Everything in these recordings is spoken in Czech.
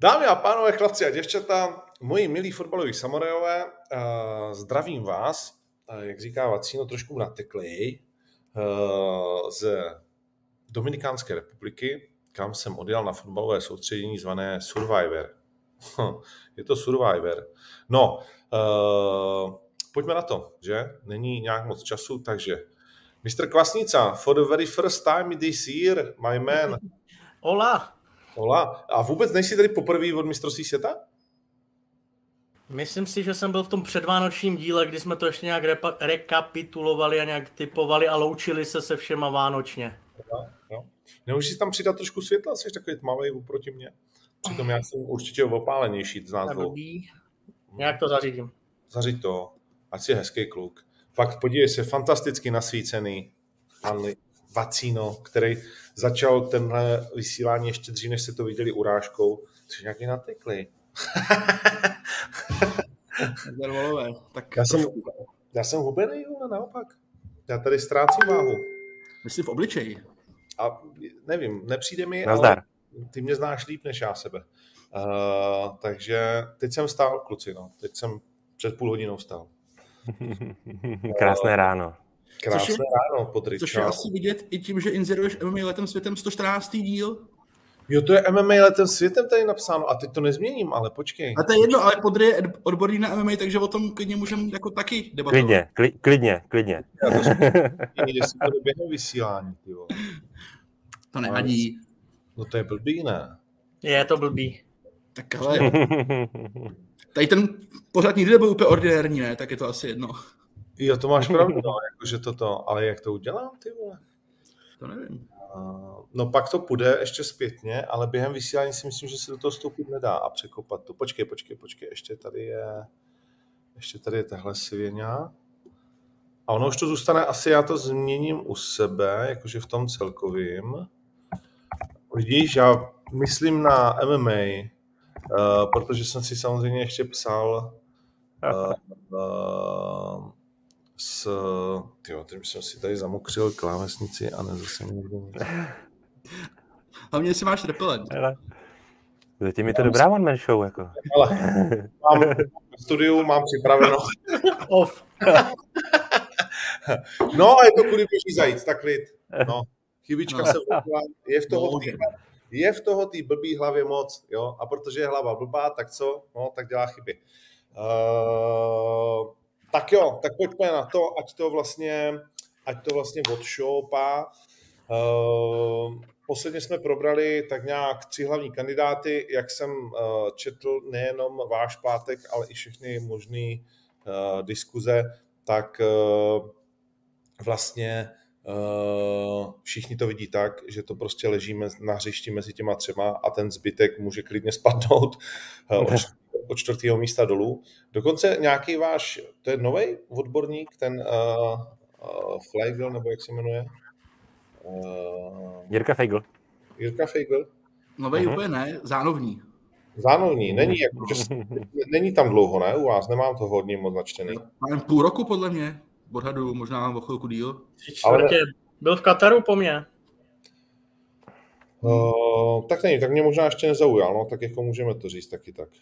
Dámy a pánové, chlapci a děvčata, moji milí fotbaloví samurajové, zdravím vás, jak říká Vacíno, trošku nateklej, z Dominikánské republiky, kam jsem odjel na fotbalové soustředění zvané Survivor. Je to Survivor. No, pojďme na to, že? Není nějak moc času, takže Mr. Kvasnica, for the very first time this year, my man. Hola. Hola. A vůbec nejsi tady poprvé od mistrovství světa? Myslím si, že jsem byl v tom předvánočním díle, kdy jsme to ještě nějak rekapitulovali a nějak typovali a loučili se všema vánočně. Jo. Nemůžeš si tam přidat trošku světla? Jsi takový tmavý oproti mně. Přitom já jsem určitě opálenější z nás dvou. Jak to zařídím? Zařiď to. Ať jsi hezký kluk. Fakt podívej se, fantasticky nasvícený pan Vacíno, který začal tenhle vysílání ještě dřív, než se to viděli urážkou. Jsi nějaký nateklý. Tak já jsem hubený, ale naopak. Já tady ztrácím váhu. Myslím v obličeji. A nevím, nepřijde mi, Nazdar. Ale ty mě znáš líp než já sebe. Takže teď jsem stál, kluci, no. Teď jsem před půl hodinou stál. Krásné ráno. Krásné ráno, Podrič. Což je asi vidět i tím, že inzeruješ MMA letem světem 114. díl. Jo, to je MMA letem světem tady napsáno. A teď to nezměním, ale počkej. A to je jedno, ale Podry je odborný na MMA, takže o tom klidně můžeme jako taky debatovat. Klidně. Já to jestli to jde během vysílání, ty vole. To nevadí. No to je blbý, ne? Je to blbý. Tak ale... Tady ten pořád nikdy nebyl úplně ordinární, ne? Tak je to asi jedno. Jo, to máš pravdu, no, jakože toto. Ale jak to udělám, ty vole? To nevím. No pak to půjde ještě zpětně, ale během vysílání si myslím, že se do toho vstoupit nedá a překopat to. Počkej. Ještě tady je tahle svěňa. A ono už to zůstane, asi já to změním u sebe, jakože v tom celkovým. Vidíš, já myslím na MMA, protože jsem si samozřejmě ještě psal teď jsem si tady zamokřil klávesnici a nezase někdo nic. Hlavně, jestli máš repelent. Zatím je to dobrá one-man show, jako. Ale v studiu mám připraveno. Off. No a je to kudy běží zajíc, tak klid. No, chybička se vlekla, je v toho té blbý hlavě moc, jo, a protože je hlava blbá, tak co? No, tak dělá chyby. Tak jo, tak pojďme na to, ať to vlastně odšoupá. Posledně jsme probrali tak nějak 3 hlavní kandidáty, jak jsem četl nejenom váš pátek, ale i všechny možné diskuze, tak vlastně všichni to vidí tak, že to prostě ležíme na hřišti mezi těma třema a ten zbytek může klidně spadnout od 4. místa dolů. Dokonce nějaký váš, to je novej odborník, ten Fleigl, nebo jak se jmenuje? Jirka Feigl. Novej úplně ne, zánovní. Není tam dlouho, ne? U vás nemám to hodně moc načtený. Mám půl roku podle mě, odhadu, možná o chvilku díl. Byl v Kataru po mně. Tak není, tak mě možná ještě nezaujal, no, tak jako můžeme to říct taky tak.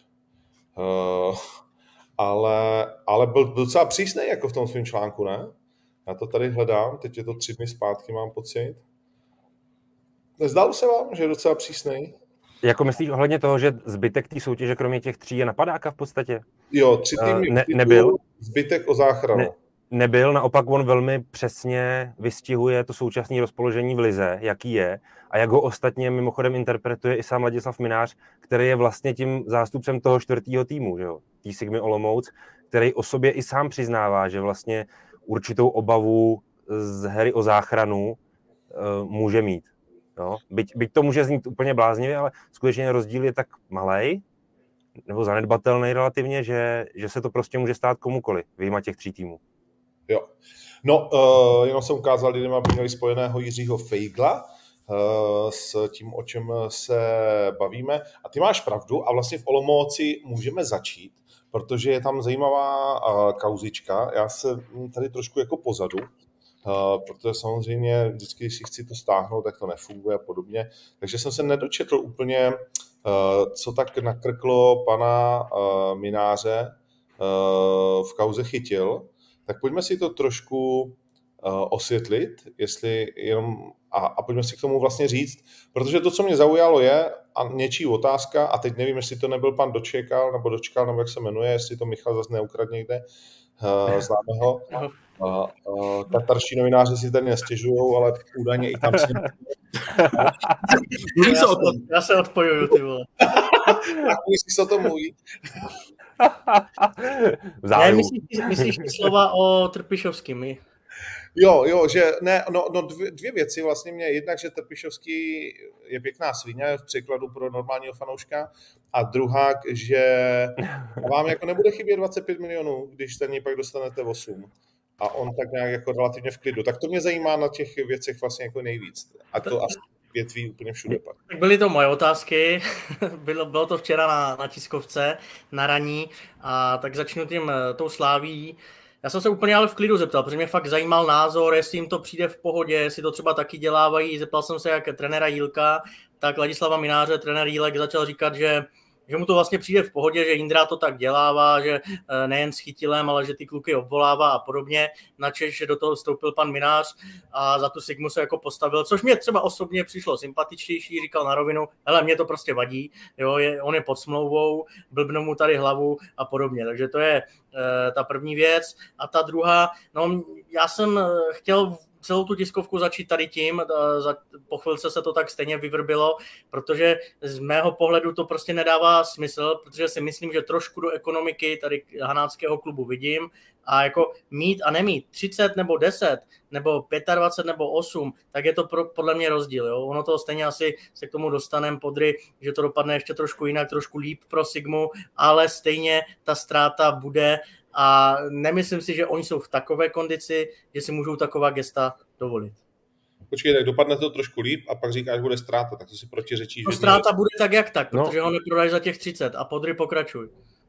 Ale byl docela přísnej jako v tom svém článku, ne? Já to tady hledám, teď je to 3 dny zpátky, mám pocit. Nezdálo se vám, že je docela přísnej? Jako myslíš ohledně toho, že zbytek té soutěže, kromě těch 3, je napadáka v podstatě? Jo, 3 týmy nebyl. Zbytek o záchranu. Nebyl, naopak on velmi přesně vystihuje to současné rozpoložení v lize, jaký je, a jak ho ostatně mimochodem interpretuje i sám Ladislav Minář, který je vlastně tím zástupcem toho 4. týmu, že jo, tý Sigmy Olomouc, který o sobě i sám přiznává, že vlastně určitou obavu z hry o záchranu může mít. Jo? Byť to může znít úplně bláznivě, ale skutečně rozdíl je tak malej, nebo zanedbatelný relativně, že se to prostě může stát komukoliv, vyjma těch 3 týmů. Jo. No, jenom jsem ukázal lidem, aby měli spojeného Jiřího Feigla s tím, o čem se bavíme. A ty máš pravdu a vlastně v Olomouci můžeme začít, protože je tam zajímavá kauzička. Já se tady trošku jako pozadu, protože samozřejmě vždycky, když si chci to stáhnout, tak to nefunguje a podobně. Takže jsem se nedočetl úplně co tak nakrklo pana Mináře v kauze Chytil, tak pojďme si to trošku osvětlit, jestli jenom a pojďme si k tomu vlastně říct, protože to, co mě zaujalo je, a něčí otázka, a teď nevím, jestli to nebyl pan Dočkal, nebo jak se jmenuje, jestli to Michal zase neukradl někde, známého. Tatarští novináři si tady nestěžujou, ale údajně i tam si... Já se odpojuju, ty vole. Tak myslíš, co to mluví? Ne, myslíš slova o Trpišovským? Jo, že ne, no dvě věci vlastně mě. Jednak, že Trpišovský je pěkná svině v překladu pro normálního fanouška a druhá, že vám jako nebude chybět 25 milionů, když za něj pak dostanete 8. A on tak nějak jako relativně v klidu. Tak to mě zajímá na těch věcech vlastně jako nejvíc. A to asi větví úplně všude pak. Tak byly to moje otázky, bylo to včera na tiskovce, na raní, a tak začnu tou Sláví. Já jsem se úplně ale v klidu zeptal, protože mě fakt zajímal názor, jestli jim to přijde v pohodě, jestli to třeba taky dělávají. Zeptal jsem se jak trenéra Jílka, tak Ladislava Mináře, trenér Jílek začal říkat, že mu to vlastně přijde v pohodě, že Jindra to tak dělává, že nejen s Chytilem, ale že ty kluky obvolává a podobně. Načež, že do toho vstoupil pan Minář a za tu Sigmu se jako postavil, což mě třeba osobně přišlo sympatičtější, říkal na rovinu, hele, mě to prostě vadí, jo, on je pod smlouvou, blbnou mu tady hlavu a podobně. Takže to je ta první věc. A ta druhá, no já jsem chtěl celou tu tiskovku začít tady tím, po chvilce se to tak stejně vyvrbilo, protože z mého pohledu to prostě nedává smysl, protože si myslím, že trošku do ekonomiky tady hanáckého klubu vidím a jako mít a nemít 30 nebo 10 nebo 25 nebo 8, tak je to podle mě rozdíl. Jo? Ono to stejně asi se k tomu dostaneme podry, že to dopadne ještě trošku jinak, trošku líp pro Sigmu, ale stejně ta ztráta bude. A nemyslím si, že oni jsou v takové kondici, že si můžou taková gesta dovolit. Počkej, tak dopadne to trošku líp a pak říkáš, bude ztráta, tak to si protiřečíš. No, ztráta bude tak jak tak, protože ho neprodají za těch 30 a podry pokračuj.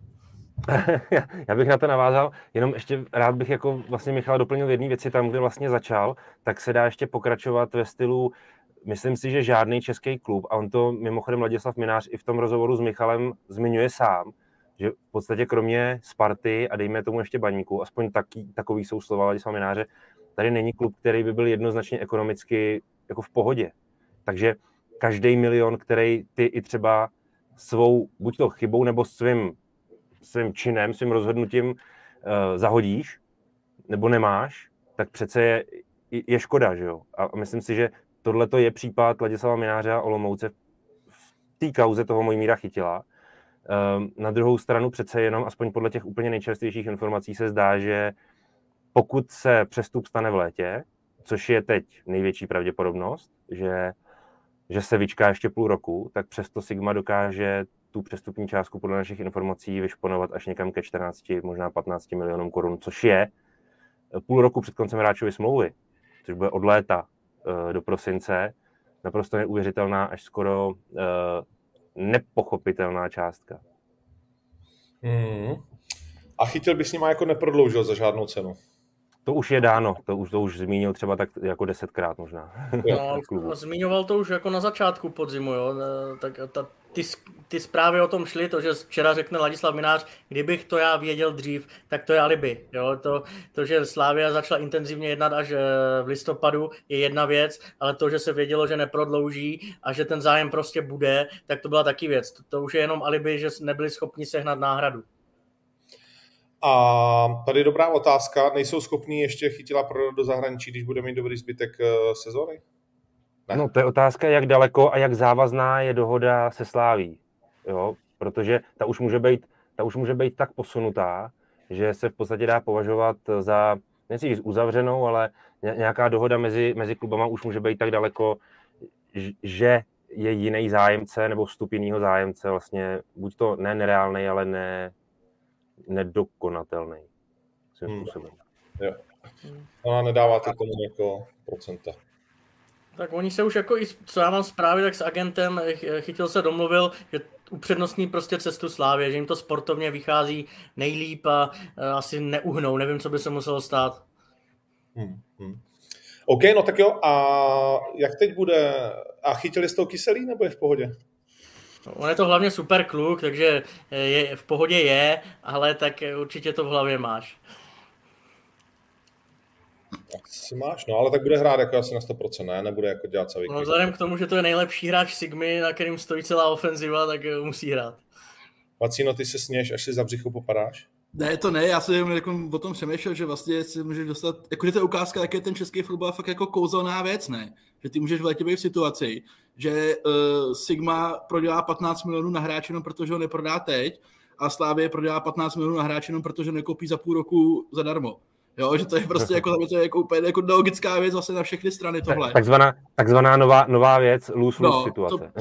Já bych na to navázal, jenom ještě rád bych jako vlastně Michal doplnil v jedné věci, tam, kde vlastně začal, tak se dá ještě pokračovat ve stylu, myslím si, že žádný český klub, a on to mimochodem Ladislav Minář i v tom rozhovoru s Michalem zmiňuje sám, že v podstatě kromě Sparty a dejme tomu ještě Baníku, aspoň takový jsou slova Ladislava Mináře, tady není klub, který by byl jednoznačně ekonomicky jako v pohodě. Takže každý milion, který ty i třeba svou, buď to chybou, nebo svým činem, svým rozhodnutím zahodíš, nebo nemáš, tak přece je škoda, že jo? A myslím si, že tohle je případ Ladislava Mináře a Olomouce v té kauze toho Mojmíra Chytila. Na druhou stranu přece jenom, aspoň podle těch úplně nejčerstvějších informací, se zdá, že pokud se přestup stane v létě, což je teď největší pravděpodobnost, že se vyčká ještě půl roku, tak přesto Sigma dokáže tu přestupní částku podle našich informací vyšponovat až někam ke 14, možná 15 milionům korun, což je půl roku před koncem hráčovy smlouvy, což bude od léta do prosince, naprosto neuvěřitelná, až skoro nepochopitelná částka. A Chytil by s nima jako neprodloužil za žádnou cenu? To už je dáno, to už zmínil třeba tak jako 10krát možná. No, zmiňoval to už jako na začátku podzimu, jo. Tak ty zprávy o tom šly, to, že včera řekne Ladislav Minář, kdybych to já věděl dřív, tak to je alibi. Jo. To, že Slavia začala intenzivně jednat až v listopadu, je jedna věc, ale to, že se vědělo, že neprodlouží a že ten zájem prostě bude, tak to byla taky věc. To už je jenom alibi, že nebyli schopni sehnat náhradu. A tady dobrá otázka, nejsou schopní ještě Chytila prodat do zahraničí, když bude mít dobrý zbytek sezóny? Ne. No to je otázka, jak daleko a jak závazná je dohoda se Slaví, jo, protože ta už může být tak posunutá, že se v podstatě dá považovat za, nechci říct uzavřenou, ale nějaká dohoda mezi klubama už může být tak daleko, že je jiný zájemce nebo vstup jiného zájemce vlastně, buď to ne nereálnej, ale nedokonatelný svým způsobem. Jo. Ona nedáváte tomu jako procenta. Tak oni se už jako i, co já mám zprávy, tak s agentem Chytil se domluvil, že upřednostní prostě cestu Slávě, že jim to sportovně vychází nejlíp a asi neuhnou, nevím, co by se muselo stát. OK, no tak jo, a jak teď bude, a Chytil je s tou Kyselí, nebo je v pohodě? On je to hlavně super kluk, takže je, v pohodě je, ale tak určitě to v hlavě máš. Asi máš, no, ale tak bude hrát jako asi na 100%, ne? Nebude jako dělat celý. No, vzhledem k tomu, že to je nejlepší hráč Sigmy, na kterým stojí celá ofenziva, tak musí hrát. Vacíno, ty se směješ, až si za břicho popadáš? Ne, to ne, já jsem jako o tom přemýšlel, že vlastně si můžeš dostat, jakože to je ukázka, jak je ten český fotbal fakt jako kouzelná věc, ne? Že ty můžeš v létě být v situaci, že Sigma prodělá 15 milionů na hráče jenom protože ho neprodá teď a Slavie prodělá 15 milionů na hráče jenom protože ho nekoupí za půl roku zadarmo. Jo, že to je prostě jako, to je jako úplně jako logická věc vlastně na všechny strany tohle. Takzvaná nová věc, lose-lose situace.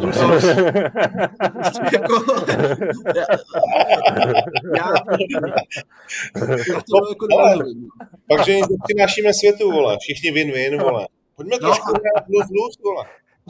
Já to jako nerozumím. Takže jim přinášíme světu, vole. Všichni win-win, vole. Pojďme trošku hrát lose-lose, vole.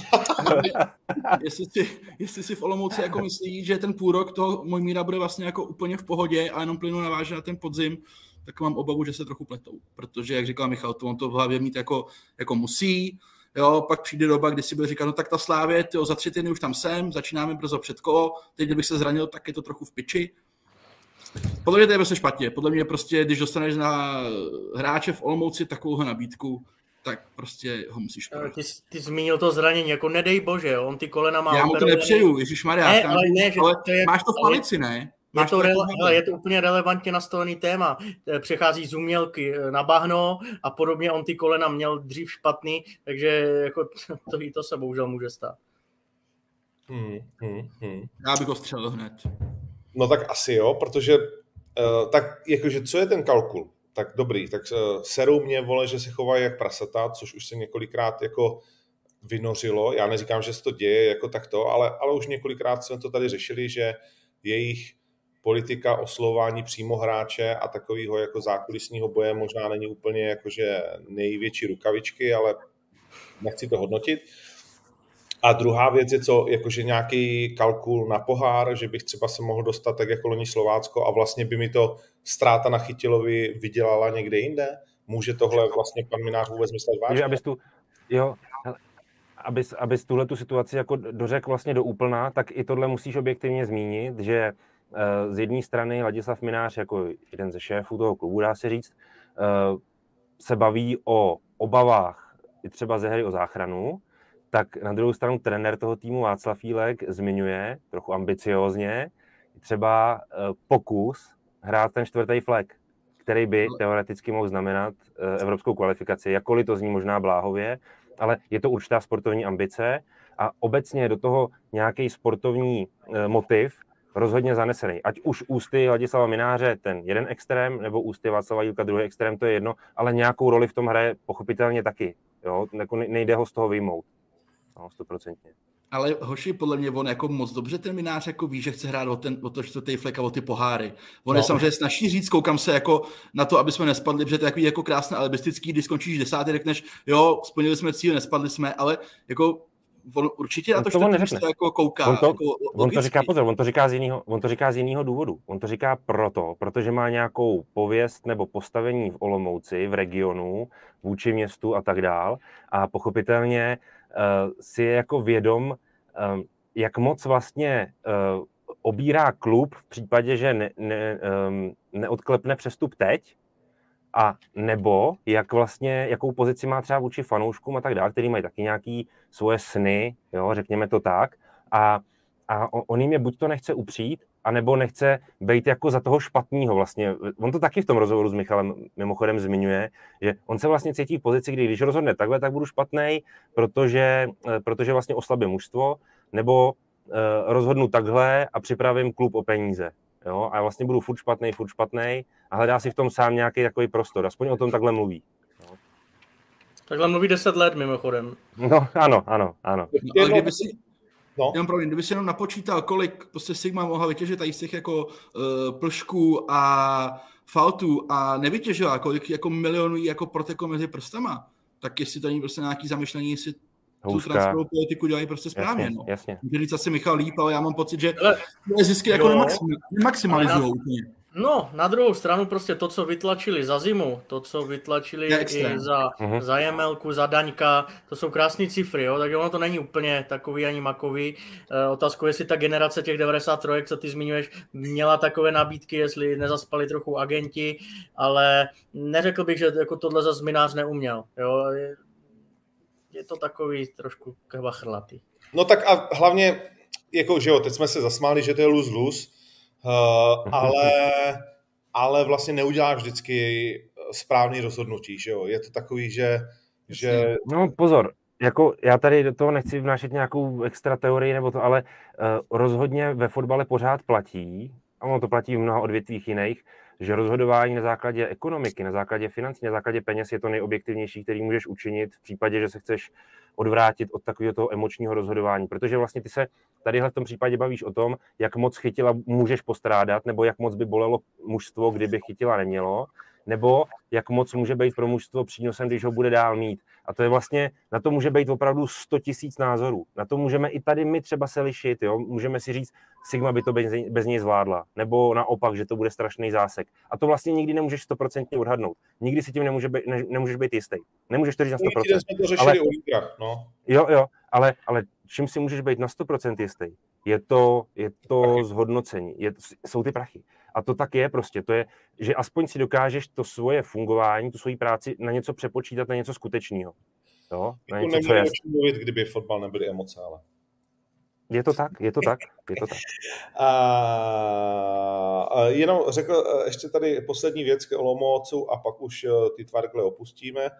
Jestli si v Olomouci jako myslí, že ten půl rok toho Mojmíra bude vlastně jako úplně v pohodě a jenom plynu naváže na ten podzim, tak mám obavu, že se trochu pletou. Protože, jak říkal Michal, to on to v hlavě mít jako musí. Jo, pak přijde doba, kdy si bude říkat, no tak ta Slávě, tyjo, za 3 týdny už tam jsem, začínáme brzo před kolo, teď kdybych se zranil, tak je to trochu v piči. Podle mě to je prostě špatně. Podle mě prostě, když dostaneš na hráče v Olomouci takovou nabídku, tak prostě ho musíš prodat. Ty zmínil to zranění, jako nedej bože, on ty kolena má... Já mu to nepřeju, ježišmarja, ale máš to v palici, ne? Je to úplně relevantně nastavený téma. Přechází z umělky na bahno a podobně, on ty kolena měl dřív špatný, takže jako to se bohužel může stát. Já bych ho střelil hned. No tak asi jo, protože tak jakože co je ten kalkul? Tak dobrý, tak serou mě, vole, že se chovají jak prasata, což už se několikrát jako vynořilo. Já neříkám, že se to děje jako takto, ale už několikrát jsme to tady řešili, že jejich politika oslovování přímo hráče a takového jako zákulisního boje možná není úplně jakože největší rukavičky, ale nechci to hodnotit. A druhá věc je, co jakože nějaký kalkul na pohár, že bych třeba se mohl dostat tak jako loni Slovácko a vlastně by mi to ztráta na Chytilovi vydělala někde jinde. Může tohle vlastně pan Minář vůbec myslet vážně? Abys tuhletu situaci jako dořekl vlastně do úplná, tak i tohle musíš objektivně zmínit, že z jedné strany Ladislav Minář jako jeden ze šéfů toho klubu, dá se říct, se baví o obavách i třeba ze hry o záchranu, tak na druhou stranu trenér toho týmu Václav Jílek zmiňuje trochu ambiciózně třeba pokus hrát ten 4. flag, který by teoreticky mohl znamenat evropskou kvalifikaci, jakkoliv to zní možná bláhově, ale je to určitá sportovní ambice a obecně do toho nějaký sportovní motiv rozhodně zanesený. Ať už ústy Ladislava Mináře ten jeden extrém, nebo ústy Václava Jílka druhý extrém, to je jedno, ale nějakou roli v tom hraje pochopitelně taky. Jo? Nejde ho z toho vyjmout. No, 100%. Ale hoši, podle mě on jako moc dobře ten Minář jako ví, že chce hrát o to 4. flag a o ty poháry. On je samozřejmě snaží říct, koukám se jako na to, aby jsme nespadli, protože to je takový jako krásné alibistický, když skončíš 10. řekneš, jo, splnili jsme cíl, nespadli jsme, ale jako on určitě na to 4. místo jako kouká. On to říká, pozor, on to říká z jiného důvodu. On to říká protože má nějakou pověst nebo postavení v Olomouci, v regionu, vůči městu a tak dál. A pochopitelně si je jako vědom, jak moc vlastně obírá klub v případě, že neodklepne přestup teď, a nebo jak vlastně, jakou pozici má třeba vůči fanouškům a tak dále, který mají taky nějaký svoje sny, jo, řekněme to tak, a on jim je buď to nechce upřít, anebo nechce být jako za toho špatného vlastně. On to taky v tom rozhovoru s Michalem mimochodem zmiňuje, že on se vlastně cítí v pozici, kdy když rozhodne takhle, tak budu špatnej, protože vlastně oslabím mužstvo, nebo rozhodnu takhle a připravím klub o peníze. Jo? A vlastně budu furt špatnej a hledá si v tom sám nějaký takový prostor. Aspoň o tom takhle mluví. Jo? Takhle mluví 10 let mimochodem. No, ano. Ale kdyby si jenom napočítal, kolik prostě Sigma mohla vytěžit tady z těch jako plšků a faltů a nevytěžila, kolik jako milionů jako proteklo mezi prstama, tak jestli to není prostě nějaký zamyšlení, jestli tu transferovou politiku dělají prostě správně. Jasně. Může říct asi Michal líp, ale já mám pocit, že zisky jako nemaximalizují úplně. No, na druhou stranu prostě to, co vytlačili za zimu, to, co vytlačili i za Jemelku, za Daňka, to jsou krásné cifry, jo? Takže ono to není úplně takový ani makový. Otázkou, jestli ta generace těch 93, co ty zmiňuješ, měla takové nabídky, jestli nezaspali trochu agenti, ale neřekl bych, že jako tohle zas Mynář neuměl. Jo? Je to takový trošku kvachrlatý. No tak a hlavně, jako, že jo, teď jsme se zasmáli, že to je lose-lose, ale vlastně neuděláš vždycky správný rozhodnutí, že jo. Je to takový, že... No pozor, jako já tady do toho nechci vnášet nějakou extra teorii nebo to, ale rozhodně ve fotbale pořád platí, a ono to platí v mnoha odvětvích jiných, že rozhodování na základě ekonomiky, na základě financí, na základě peněz je to nejobjektivnější, který můžeš učinit v případě, že se chceš odvrátit od takového toho emočního rozhodování. Protože vlastně ty se tadyhle v tom případě bavíš o tom, jak moc chytila můžeš postrádat, nebo jak moc by bolelo mužstvo, kdyby chytila nemělo, nebo jak moc může být pro mužstvo přínosem, když ho bude dál mít. A to je vlastně, na to může být opravdu 100 000 názorů. Na to můžeme i tady my třeba se lišit, jo? Můžeme si říct, Sigma by to bez něj zvládla, nebo naopak, že to bude strašný zásek. A to vlastně nikdy nemůžeš 100% odhadnout. Nikdy si tím nemůžeš být jistý. Nemůžeš to říct na 100%. Jsme to řešili u Liga, no. Jo, ale čím si můžeš být na 100% jistý, je to zhodnocení, jsou ty prachy. A to tak je prostě, to je, že aspoň si dokážeš to svoje fungování, tu svoji práci na něco přepočítat, na něco skutečného. Jo? Na něco, co je. Mluvit, kdyby fotbal nebyly emoce, ale... Je to tak. Jenom řekl ještě tady poslední věc k Olomoucu a pak už ty tvarkle opustíme.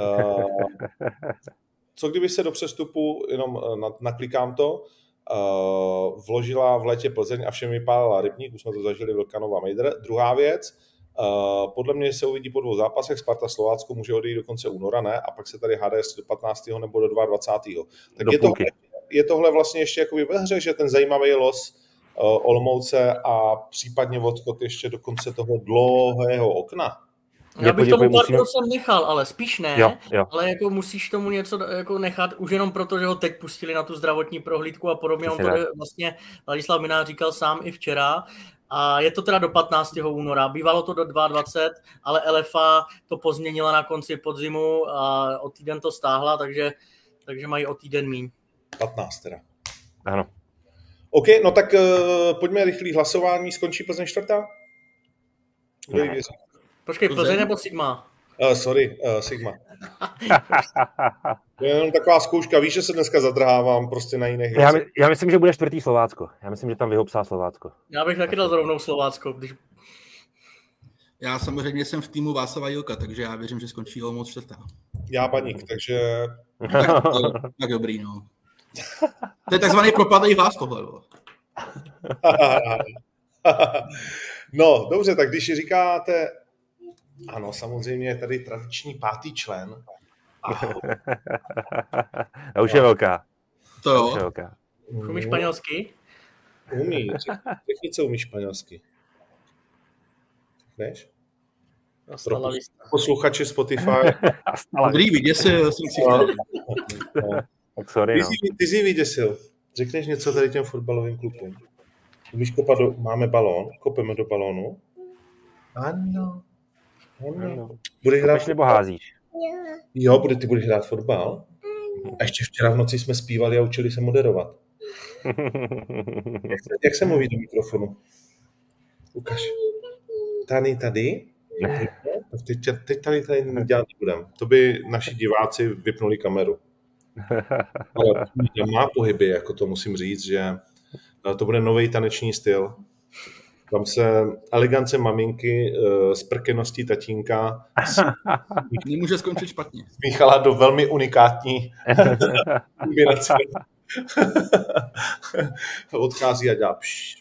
Co kdyby se do přestupu, jenom naklikám to, vložila v létě Plzeň a všem vypálila Rybník, už jsme to zažili Vlkanova Mejdr. Druhá věc, podle mě se uvidí po 2 zápasech, Sparta Slovácko může odejít do konce února, ne? A pak se tady hádá jestli do 15. nebo do 22. Tak je tohle vlastně ještě jakoby ve hře, že ten zajímavý los Olomouce a případně odchod ještě do konce toho dlouhého okna. Já bych tomu pár procent nechal, ale spíš ne, jo. Ale jako musíš tomu něco jako nechat, už jenom proto, že ho teď pustili na tu zdravotní prohlídku a podobně, on to vlastně Ladislav Mynář říkal sám i včera, a je to teda do 15. února, bývalo to do 22, ale LFA to pozměnila na konci podzimu a o týden to stáhla, takže mají o týden míň. 15 teda. Ano. OK, no tak pojďme rychlý hlasování, skončí Plzeň 4. Kdo jí věří? Počkej, Plzeň nebo Sigma? Sigma. To je jenom taková zkouška, víš, že se dneska zadrhávám prostě na jiných věcech. Já myslím, že bude 4. Slovácko. Já myslím, že tam vyhopsá Slovácko. Já bych taky dal rovnou Slovácko. Já samozřejmě jsem v týmu Václava Jílka, takže já věřím, že skončí Olomouc 4. Já Baník, takže... Tak dobrý, no. To je takzvaný propadlý hlas tohle. No, dobře, tak když říkáte... Ano, samozřejmě je tady tradiční 5. člen. A už je velká. To jo. Umí španělsky? Umí. Řekni, co umí španělsky. Řekneš? Pro posluchače Spotify. Dobrý, vyděsil jsem si chtěl. Tak sorry, no. Ty jsi vyděsil. Řekneš něco tady těm fotbalovým klubům. Umíš kopat máme balón, kopeme do balónu. Ano. Budeš hrát nebo házíš? Jo, ty budeš hrát fotbal. A ještě včera v noci jsme zpívali a učili se moderovat. Jak se mluví do mikrofonu? Ukaž. Tady? Teď tady dělat nebudem. To by naši diváci vypnuli kameru. Ale má pohyby, jako to musím říct, že to bude nový taneční styl. Tam se elegance maminky s prkeností tatínka nemůže skončit špatně. Smíchala do velmi unikátní kombinace. Odchází a dělá pš.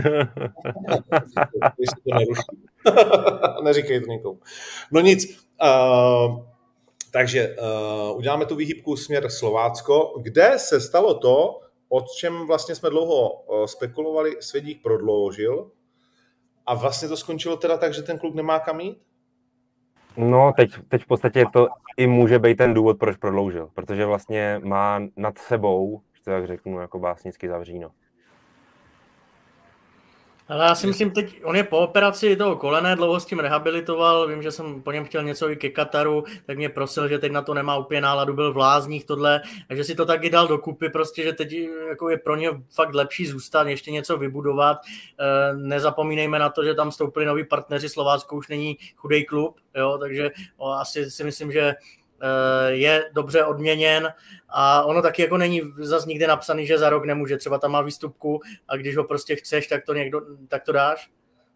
Neříkej to nikomu. No nic. Takže uděláme tu výhybku směr Slovácko, kde se stalo to, o čem vlastně jsme dlouho spekulovali, Svědík prodloužil. A vlastně to skončilo teda tak, že ten klub nemá kam jít? No, teď v podstatě to i může být ten důvod, proč prodloužil. Protože vlastně má nad sebou, to jak řeknu, jako básnicky zavříno. Ale já si myslím, teď on je po operaci toho kolene, dlouho s tím rehabilitoval, vím, že jsem po něm chtěl něco i ke Kataru, tak mě prosil, že teď na to nemá úplně náladu, byl v Lázních tohle, a že si to taky dal dokupy, prostě, že teď jako je pro ně fakt lepší zůstat, ještě něco vybudovat. Nezapomínejme na to, že tam vstoupili noví partneři, Slovácko už není chudej klub, jo, takže asi si myslím, že je dobře odměněn a ono taky jako není zas nikde napsaný, že za rok nemůže, třeba tam má výstupku a když ho prostě chceš, tak to dáš.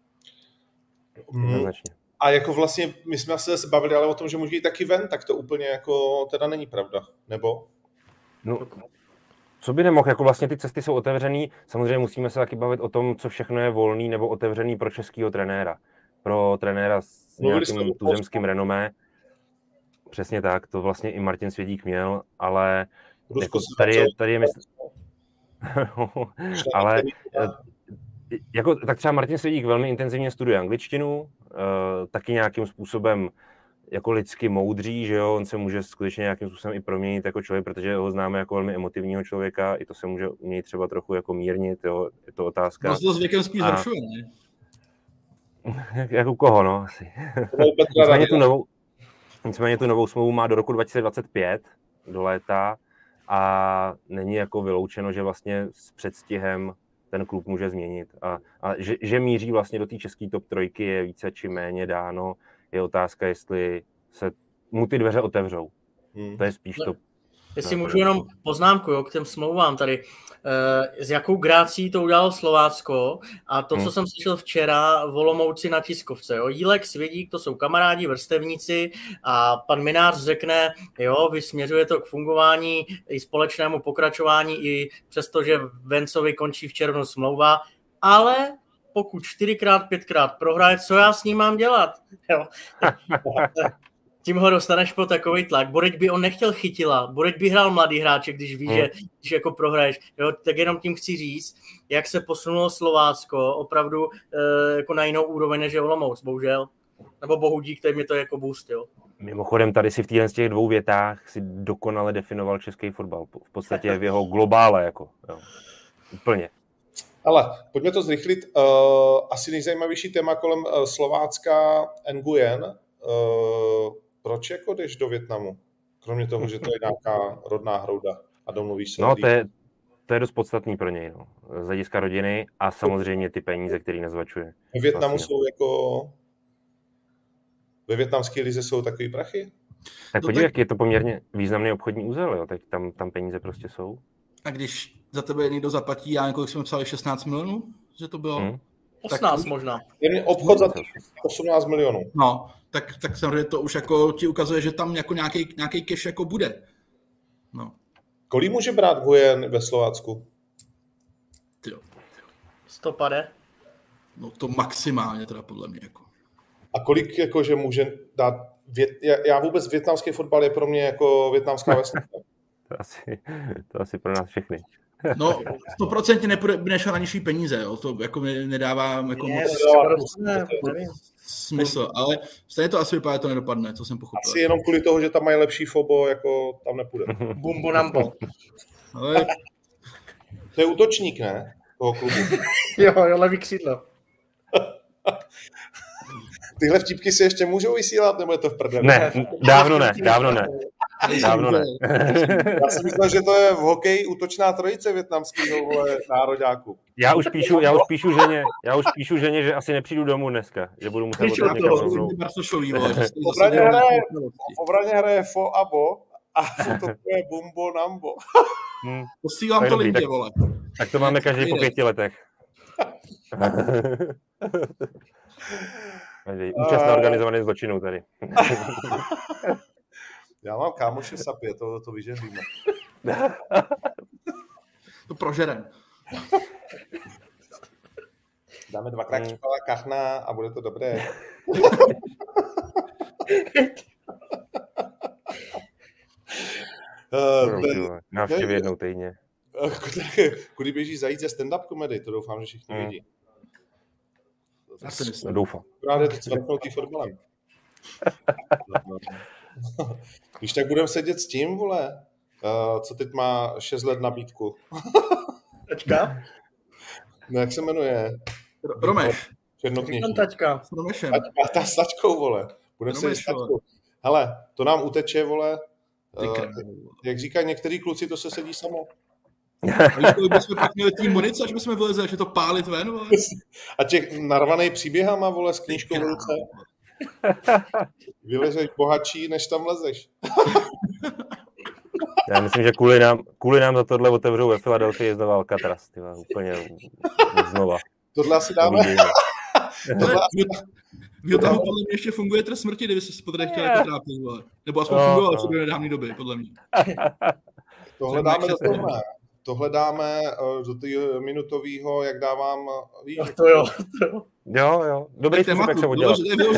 A jako vlastně, my jsme se bavili ale o tom, že může jít taky ven, tak to úplně jako teda není pravda, nebo? No, co by nemohl, jako vlastně ty cesty jsou otevřený, samozřejmě musíme se taky bavit o tom, co všechno je volný nebo otevřený pro českého trenéra. Pro trenéra s nějakým tuzemským renomé. Přesně tak, to vlastně i Martin Svědík měl, ale jako tady je myslím... ale jako, tak třeba Martin Svědík velmi intenzivně studuje angličtinu, taky nějakým způsobem jako lidsky moudří, že jo, on se může skutečně nějakým způsobem i proměnit jako člověk, protože ho známe jako velmi emotivního člověka, i to se může u něj třeba trochu jako mírnit, jo, je to otázka. No to s věkem spíš zhoršuje, ne? Jako koho, no, asi. Nicméně tu novou smlouvu má do roku 2025, do léta, a není jako vyloučeno, že vlastně s předstihem ten klub může změnit. A že míří vlastně do té české top trojky je více či méně dáno. Je otázka, jestli se mu ty dveře otevřou. To je spíš to. Jestli můžu jenom poznámku, jo, k těm smlouvám tady. S jakou grácí to udělalo Slovácko a to, co jsem slyšel včera v Olomouci na tiskovce. Jo. Jílek, Svědík, to jsou kamarádi, vrstevníci a pan Minář řekne, jo, vy směřuje to k fungování i společnému pokračování, i přesto, že Vencovi končí v červnu smlouva, ale pokud 4x, 5x prohraje, co já s ním mám dělat? Jo. Tím ho dostaneš po takový tlak. Boreď by on nechtěl chytila, Boreď by hrál mladý hráče, když ví, že když jako prohraješ. Jo, tak jenom tím chci říct, jak se posunulo Slovácko opravdu jako na jinou úroveň než je Olomouc, bohužel. Nebo bohu dík, který mi to jako boost, jo. Mimochodem tady si v těch dvou větách si dokonale definoval český fotbal. V podstatě v jeho globále, jako, jo. Úplně. Ale pojďme to zrychlit. Asi nejzajímavější téma kolem Slovácka Nguyen. Proč jako jdeš do Vietnamu? Kromě toho, že to je nějaká rodná hrouda a domluvíš se. No, to je dost podstatný pro něj, no. Z hlediska rodiny a samozřejmě ty peníze, které nazvačuje. Ve Vietnamu vlastně jsou jako... Ve vietnamské lize jsou takový prachy? Tak podívej, jak je to poměrně významný obchodní úzel, jo, tak tam peníze prostě jsou. A když za tebe někdo zaplatí, já kolik jsme psali, 16 milionů, že to bylo? 18 tak, možná. Obchod za 18 milionů. No, tak samozřejmě to už jako ti ukazuje, že tam jako nějaký cash jako bude. No. Kolik může brát Nguyen ve Slovácku? Tyjo. 150? No to maximálně teda podle mě jako. A kolik jakože může dát... Já vůbec vietnamský fotbal je pro mě jako vietnamská vesnice. To asi pro nás všechny. No, 100% nepůjdeš na nižší peníze, jo. To jako nedává jako moc smysl, ale stejně to asi vypadá, to nedopadne, co jsem pochopil. Asi jenom kvůli toho, že tam mají lepší fobo, jako tam nepůjde. Bumbo nambo. Ale... To je útočník, ne? Toho klubu. Jo, levý křídlo. Tyhle vtipky si ještě můžou vysílat, nebo je to v prdeli? Ne, dávno ne. Já si myslím, že to je v hokeji útočná trojice vietnamského nároďáku. Já už píšu ženě, že asi nepřijdu domů dneska, že budu muset odjet někam rovnou. V obraně hraje Fo a Bo a to je Bumbo Nambo. Posílám to lidi, vole. Tak to máme každý po 5 letech. Účast na organizovaném zločinu tady. Já mám kámoše Sapě, to vyžeříme. To prožerem. Dáme 2x křipala kachna a bude to dobré. Návštěvy jednou týdně. Kudy běží zajít ze stand-up komedy, to doufám, že všichni vědí. Já si myslím. Doufám. Právě to cvrknutý fotbalem. Když tak budeme sedět s tím, vole, co teď má 6 let nabídku. Tečka? No jak se jmenuje? Romeš. Černotnější. Říkám taťka. S Romešem. Ta s tačkou, vole. Budeme se s tačkou. Hele, to nám uteče, vole. Jak říkají některý kluci, to se sedí samo. Když bychom pak měli tým munice, až bychom vylezli, že to pálit ven, vole. A těch narvanej příběhama, vole, s knížkou v ruce. Vylezeš bohatší, než tam lezeš. Já myslím, že kvůli nám za tohle otevřou ve Filadelfii jezdová Alcatraz, tyva, úplně znova. Tohle asi dáme. V Utahu podle mě ještě funguje trest smrti, kdyby se podle chtěl jako trápit, vole. Nebo aspoň fungoval v nedávné doby, podle mě. Tohle dáme do toho minutového, jak dávám, víš? To jo. Jo. Dobrý způsob, jak se udělat.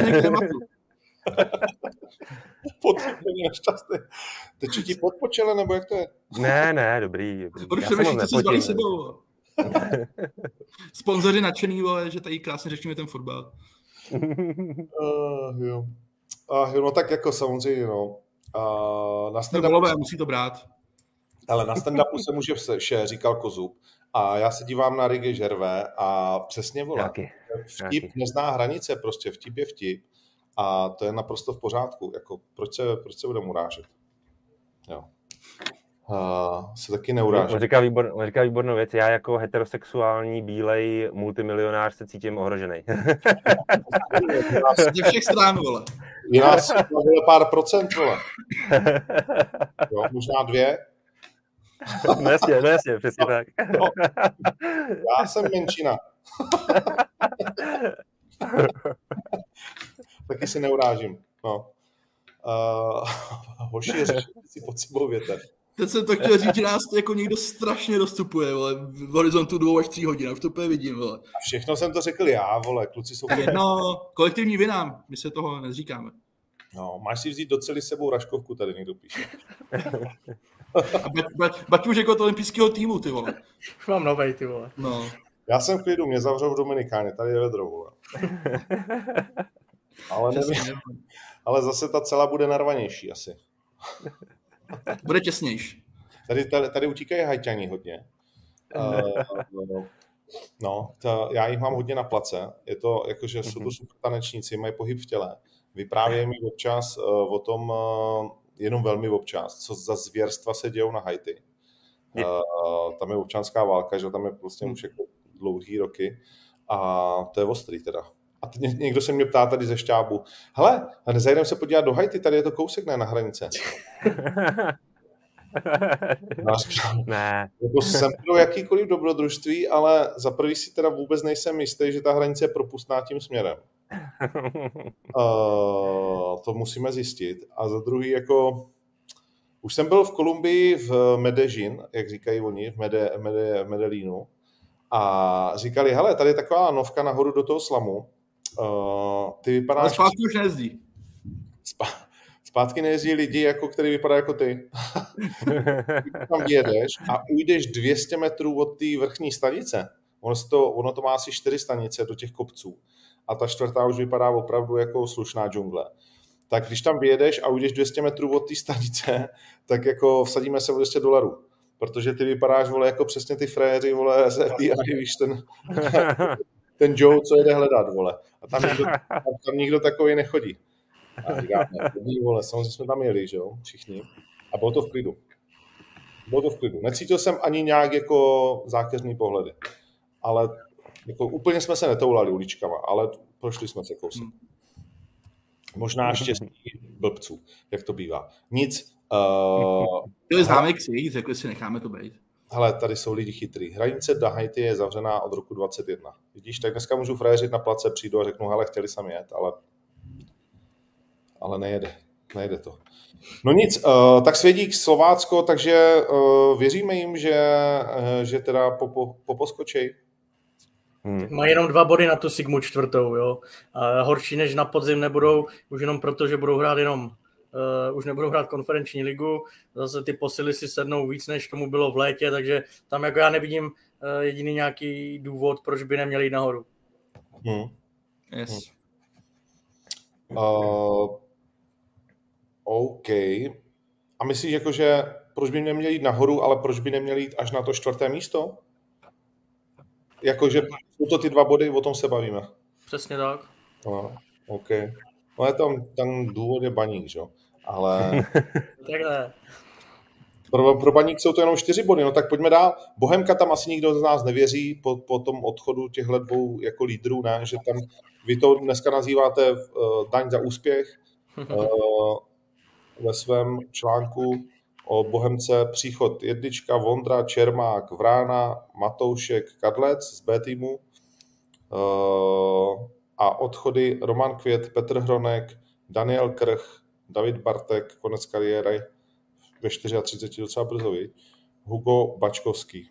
Podpočele nešťastný. Teče ti podpočele, nebo jak to je? Ne, dobrý. Proč přemýšlíš, co si zbalí sebou? Sponzoři nadšený, vole, že tady krásně řešíme ten fotbal. Jo, no tak jako samozřejmě, no. Na stand-upu musí to brát. Ale na stand-upu se může vše, říkal Kozub. A já se dívám na Rigy Žervé a přesně, vole, vtip nezná hranice, prostě vtip je vtip. A to je naprosto v pořádku. Jako, proč se budeme urážet? Jo. Se taky neurážet. On říká výbornou věc. Já jako heterosexuální, bílej multimilionář se cítím ohrožený. Ze všech stran, vole. Je nás pár procent, vole. Jo, možná 2. No jasně, přesně tak. No, já jsem menšina. Taky se neurážím. No. Hoši, řešíte si pod sebou větev. Teď jsem to chtěl říct, že nás jako někdo strašně dostupuje, vole, v horizontu 2 až 3 hodin, už to úplně vidím, vole. Všechno jsem to řekl já, vole, kluci jsou... No, kolektivní vina, my se toho nezříkáme. No, máš si vzít doceli sebou Raškovku, tady někdo píše. A Baťu už jako to olympijského týmu, ty vole. Už mám novej, ty vole. No. Já jsem v klidu, mě zavřou v Dominikáně, tady je vedro, vole. Ale nevím, ale zase ta cela bude narvanější asi. Bude těsnější. Tady utíkají hajťani hodně. Já jich mám hodně na place. Je to jakože jsou to super tanečníci, mají pohyb v těle. Vyprávějí mi občas o tom, jenom velmi občas, co za zvěrstva se dějou na Haiti. Tam je občanská válka, že tam je prostě už jako dlouhý roky. A to je ostrý teda. A někdo se mě ptá tady ze štábu, hele, a nezajdeme se podívat do Haiti, tady je to kousek, ne, na hranice. Ne. Jako jsem pro jakýkoliv dobrodružství, ale za prvý si teda vůbec nejsem jistý, že ta hranice je propustná tím směrem. To musíme zjistit. A za druhý, jako už jsem byl v Kolumbii v Medellín, jak říkají oni, v Medellínu, a říkali, hele, tady je taková lanovka nahoru do toho slamu. Ty vypadáš... Ale zpátky už nejezdí. Zpátky nejezdí lidi, jako, který vypadá jako ty. Tam jedeš a ujdeš 200 metrů od té vrchní stanice. Ono to má asi 4 stanice do těch kopců. A ta 4. už vypadá opravdu jako slušná džungle. Tak když tam vyjedeš a ujdeš 200 metrů od té stanice, tak jako vsadíme se o $200. Protože ty vypadáš, vole, jako přesně ty fréři, vole, z FBI, víš, ten Joe, co jede hledat, vole. A tam nikdo takový nechodí. A říkáme, vole, samozřejmě jsme tam jeli, že jo, všichni. A bylo to v klidu. Necítil jsem ani nějak jako zákeřný pohledy. Ale jako úplně jsme se netoulali uličkama, ale prošli jsme se kousek. Možná štěstí blbců, jak to bývá. Nic. To je známý ksich, řekli si, necháme to být. Hele, tady jsou lidi chytrý. Hranice do Haiti je zavřená od roku 2021. Vidíš, tak dneska můžu frajeřit na place, přijdu a řeknu, hele, chtěli jsem jet, ale nejede to. No nic, tak Svědík Slovácko, takže věříme jim, že teda poposkočej. Mají jenom 2 body na tu Sigmu 4, jo. Horší než na podzim nebudou, už jenom proto, že budou hrát jenom už nebudou hrát konferenční ligu, zase ty posily si sednou víc, než tomu bylo v létě, takže tam jako já nevidím jediný nějaký důvod, proč by neměli jít nahoru. Yes. OK. A myslíš, jakože proč by neměli jít nahoru, ale proč by neměli jít až na to 4. místo? Jakože jsou to ty 2 body, o tom se bavíme. Přesně tak. No, OK. No je tam důvod je Baník, že jo? Ale Takhle. pro Baník jsou to jenom 4 body, no tak pojďme dál. Bohemka tam asi nikdo z nás nevěří po tom odchodu těchto 2 jako lídrů, ne? Že tam vy to dneska nazýváte daň za úspěch. Ve svém článku o Bohemce příchod Jedlička, Vondra, Čermák, Vrána, Matoušek, Kadlec z B týmu a odchody Roman Květ, Petr Hronek, Daniel Krch, David Bartek, konec kariéry ve 34 docela brzo, Hugo Bačkovský.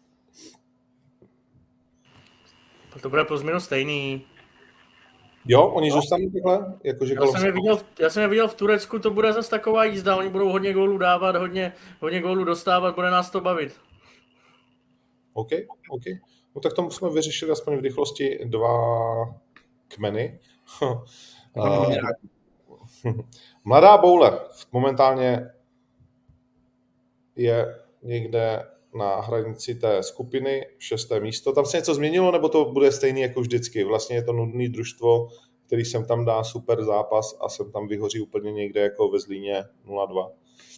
To bude plus minus stejný. Jo, oni zůstanou takhle? Jakože Já jsem je viděl v Turecku, to bude zase taková jízda, oni budou hodně gólů dávat, hodně gólů dostávat, bude nás to bavit. OK. No tak tomu jsme vyřešili aspoň v rychlosti 2 kmeny. Mladá Boule momentálně je někde na hranici té skupiny, 6. místo. Tam se něco změnilo, nebo to bude stejný jako vždycky? Vlastně je to nudný družstvo, který sem tam dá super zápas a sem tam vyhoří úplně někde jako ve Zlíně 0-2.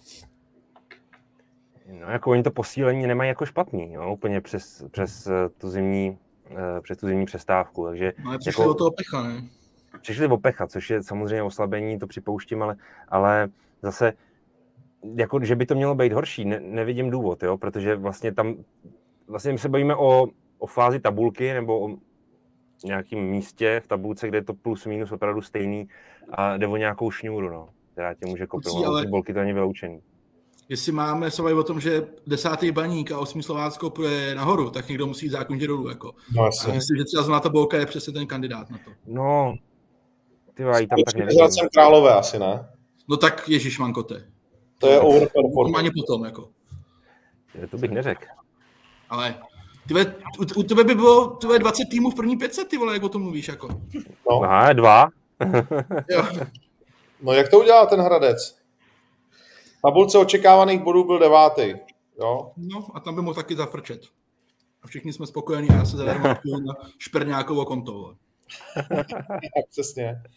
No, jako oni to posílení nemají jako špatný, jo, úplně přes tu zimní přestávku, takže... No, přišli jako, o toho Pecha, ne? Přišli o Pecha, což je samozřejmě oslabení, to připouštím, ale zase, jako, že by to mělo být horší, nevidím důvod, jo, protože vlastně my se bavíme o fázi tabulky, nebo o nějakém místě v tabulce, kde je to plus minus opravdu stejný a jde o nějakou šňůru, no, která tě může kopnout, ale ty bolky to není vyloučený. Jestli máme se bavit o tom, že 10. Baník a 8. Slovácko půjde nahoru, tak někdo musí jít zákonitě dolů. Jako. No, a myslím, že třeba Zlatá Bolka je přesně ten kandidát na to. No, ty jí tam tak nevidím. Jsem Králové asi, ne? No tak ježišmankote. To je overperformance. Ani potom, jako. To bych neřekl. Ale u tebe by bylo 20 týmů v první 500, ty vole, jak o tom mluvíš, jako. No. Aha, 2. Jo. No jak to udělal ten Hradec? V tabulce očekávaných bodů byl 9. Jo? No a tam by mohl taky zafrčet. A všichni jsme spokojení a já se zadarmo na Šperňákovo konto. Přesně.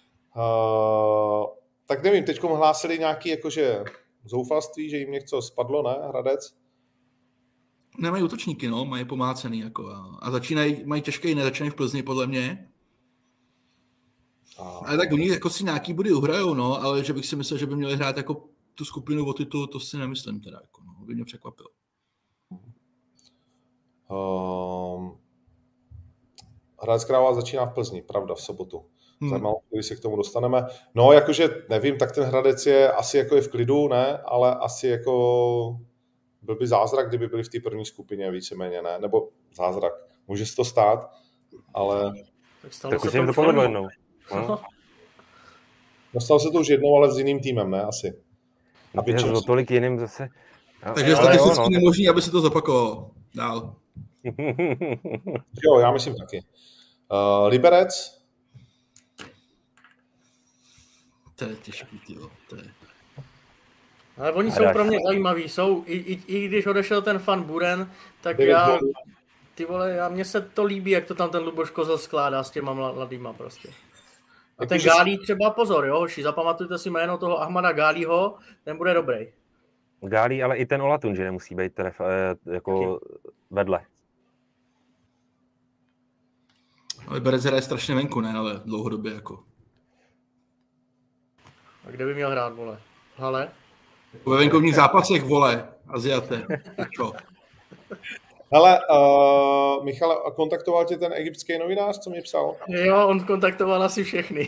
Tak nevím, teďkom hlásili nějaký jakože zoufalství, že jim něco spadlo, ne, Hradec? Nemají útočníky, no, mají pomácený, jako, a mají těžký, nezačínají v Plzni, podle mě. Ale tak oni jako si nějaký body uhrajou, no, ale že bych si myslel, že by měli hrát jako tu skupinu o titul, to si nemyslím teda, jako, no, by mě překvapilo. Hradec Králové začíná v Plzni, pravda, v sobotu. Zajímavé, když se k tomu dostaneme. No, jakože, nevím, tak ten Hradec je asi jako je v klidu, ne, ale asi jako byl by zázrak, kdyby byli v té první skupině víceméně, ne, nebo zázrak. Může se to stát, ale... Tak už se jim to povedlo jednou. Dostal se to už jednou, ale s jiným týmem, ne, asi. A ty o tolik jiným zase. Takže statisticky nemožný, aby se to zopakovalo dál. Jo, já myslím taky. Liberec? To je těžký, tyjo. Ale oni jsou pro mě zajímaví, jsou, i když odešel ten Fan Buren, tak mně se to líbí, jak to tam ten Luboš Kozel skládá s těma mladýma prostě. A ten Gálí třeba pozor, jo, hoši, zapamatujte si jméno toho Ahmada Gálího, ten bude dobrý. Gálí, ale i ten Olatun, že nemusí být jako vedle. Ale Liberec hraje strašně venku, ne, ale dlouhodobě jako. A kde by měl hrát, vole? Hale? Ve venkovních zápasech, vole, Aziate. Hele, Michale, kontaktoval tě ten egyptský novinář, co mi psal? Jo, on kontaktoval asi všechny.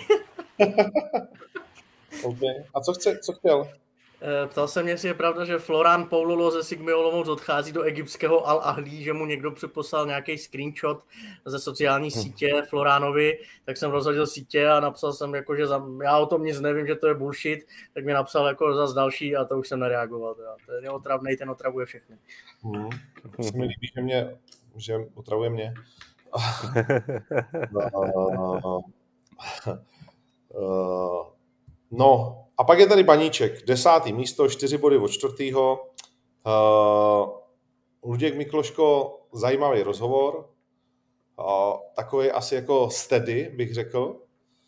Okay. A co chtěl? Ptal se mě, jestli je pravda, že Florán Poulolo ze Sigmy Olomouc odchází do egyptského Al Ahly, že mu někdo přeposlal nějaký screenshot ze sociální sítě Floránovi, tak jsem rozhodil sítě a napsal jsem, jako, že já o tom nic nevím, že to je bullshit, tak mi napsal jako zase další a to už jsem nereagoval. Ten je otravnej, ten otravuje všechny. Se mi líbí, že otravuje mě. No, a pak je tady Baníček, 10. místo, 4 body od 4. Luděk Mikloško, zajímavý rozhovor. takový asi jako steady, bych řekl.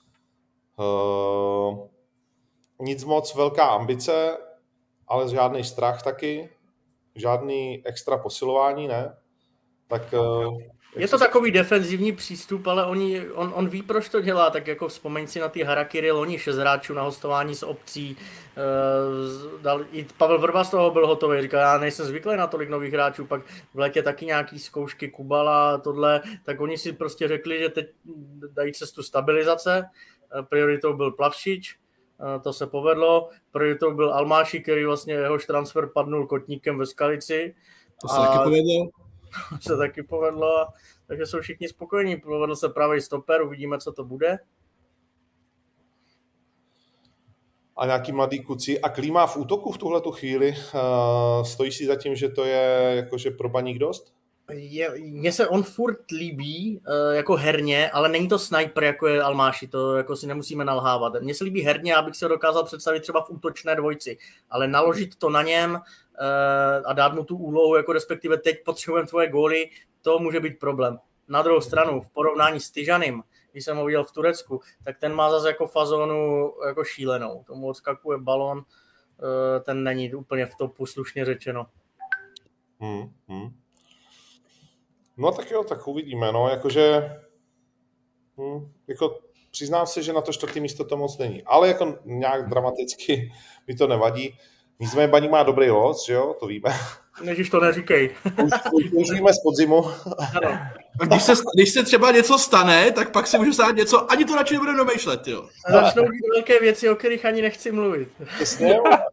Nic moc velká ambice, ale žádný strach taky, žádný extra posilování, ne? Tak je to takový defenzivní přístup, ale on ví, proč to dělá, tak jako vzpomeň si na ty harakiri loni, 6 hráčů na hostování s obcí, i Pavel Vrba z toho byl hotový, říkal, já nejsem zvyklý na tolik nových hráčů, pak v létě taky nějaký zkoušky Kubala, tohle, tak oni si prostě řekli, že teď dají cestu stabilizace, prioritou byl Plavšič, to se povedlo, prioritou byl Almáši, který vlastně jehož transfer padnul kotníkem ve Skalici. To se taky povedlo. Se taky povedlo, takže jsou všichni spokojení. Povedl se pravý stoper, uvidíme, co to bude. A nějaký mladý kluci. A Klíma v útoku v tuhletu chvíli. Stojí si za tím, že to je jakože pro Baník dost? Mně se on furt líbí jako herně, ale není to sniper, jako je Almáši, to jako si nemusíme nalhávat. Mně se líbí herně, abych si ho dokázal představit třeba v útočné dvojci, ale naložit to na něm a dát mu tu úlohu, jako respektive teď potřebujeme tvoje góly, to může být problém. Na druhou stranu, v porovnání s Tyžanem, když jsem ho viděl v Turecku, tak ten má zase jako fazónu jako šílenou. Tomu odskakuje balon, ten není úplně v topu, slušně řečeno. No tak jo, tak uvidíme, no, jakože jako přiznám se, že na to 4. místo to moc není, ale jako nějak dramaticky mi to nevadí. Nicméně Baník má dobrý los, že jo, to víme. Než to neříkej. Už víme z podzimu. Ano. Když se třeba něco stane, tak pak si může stát něco, ani to radši nebudeme domýšlet, jo. Začnou být velké věci, o kterých ani nechci mluvit. Přesně,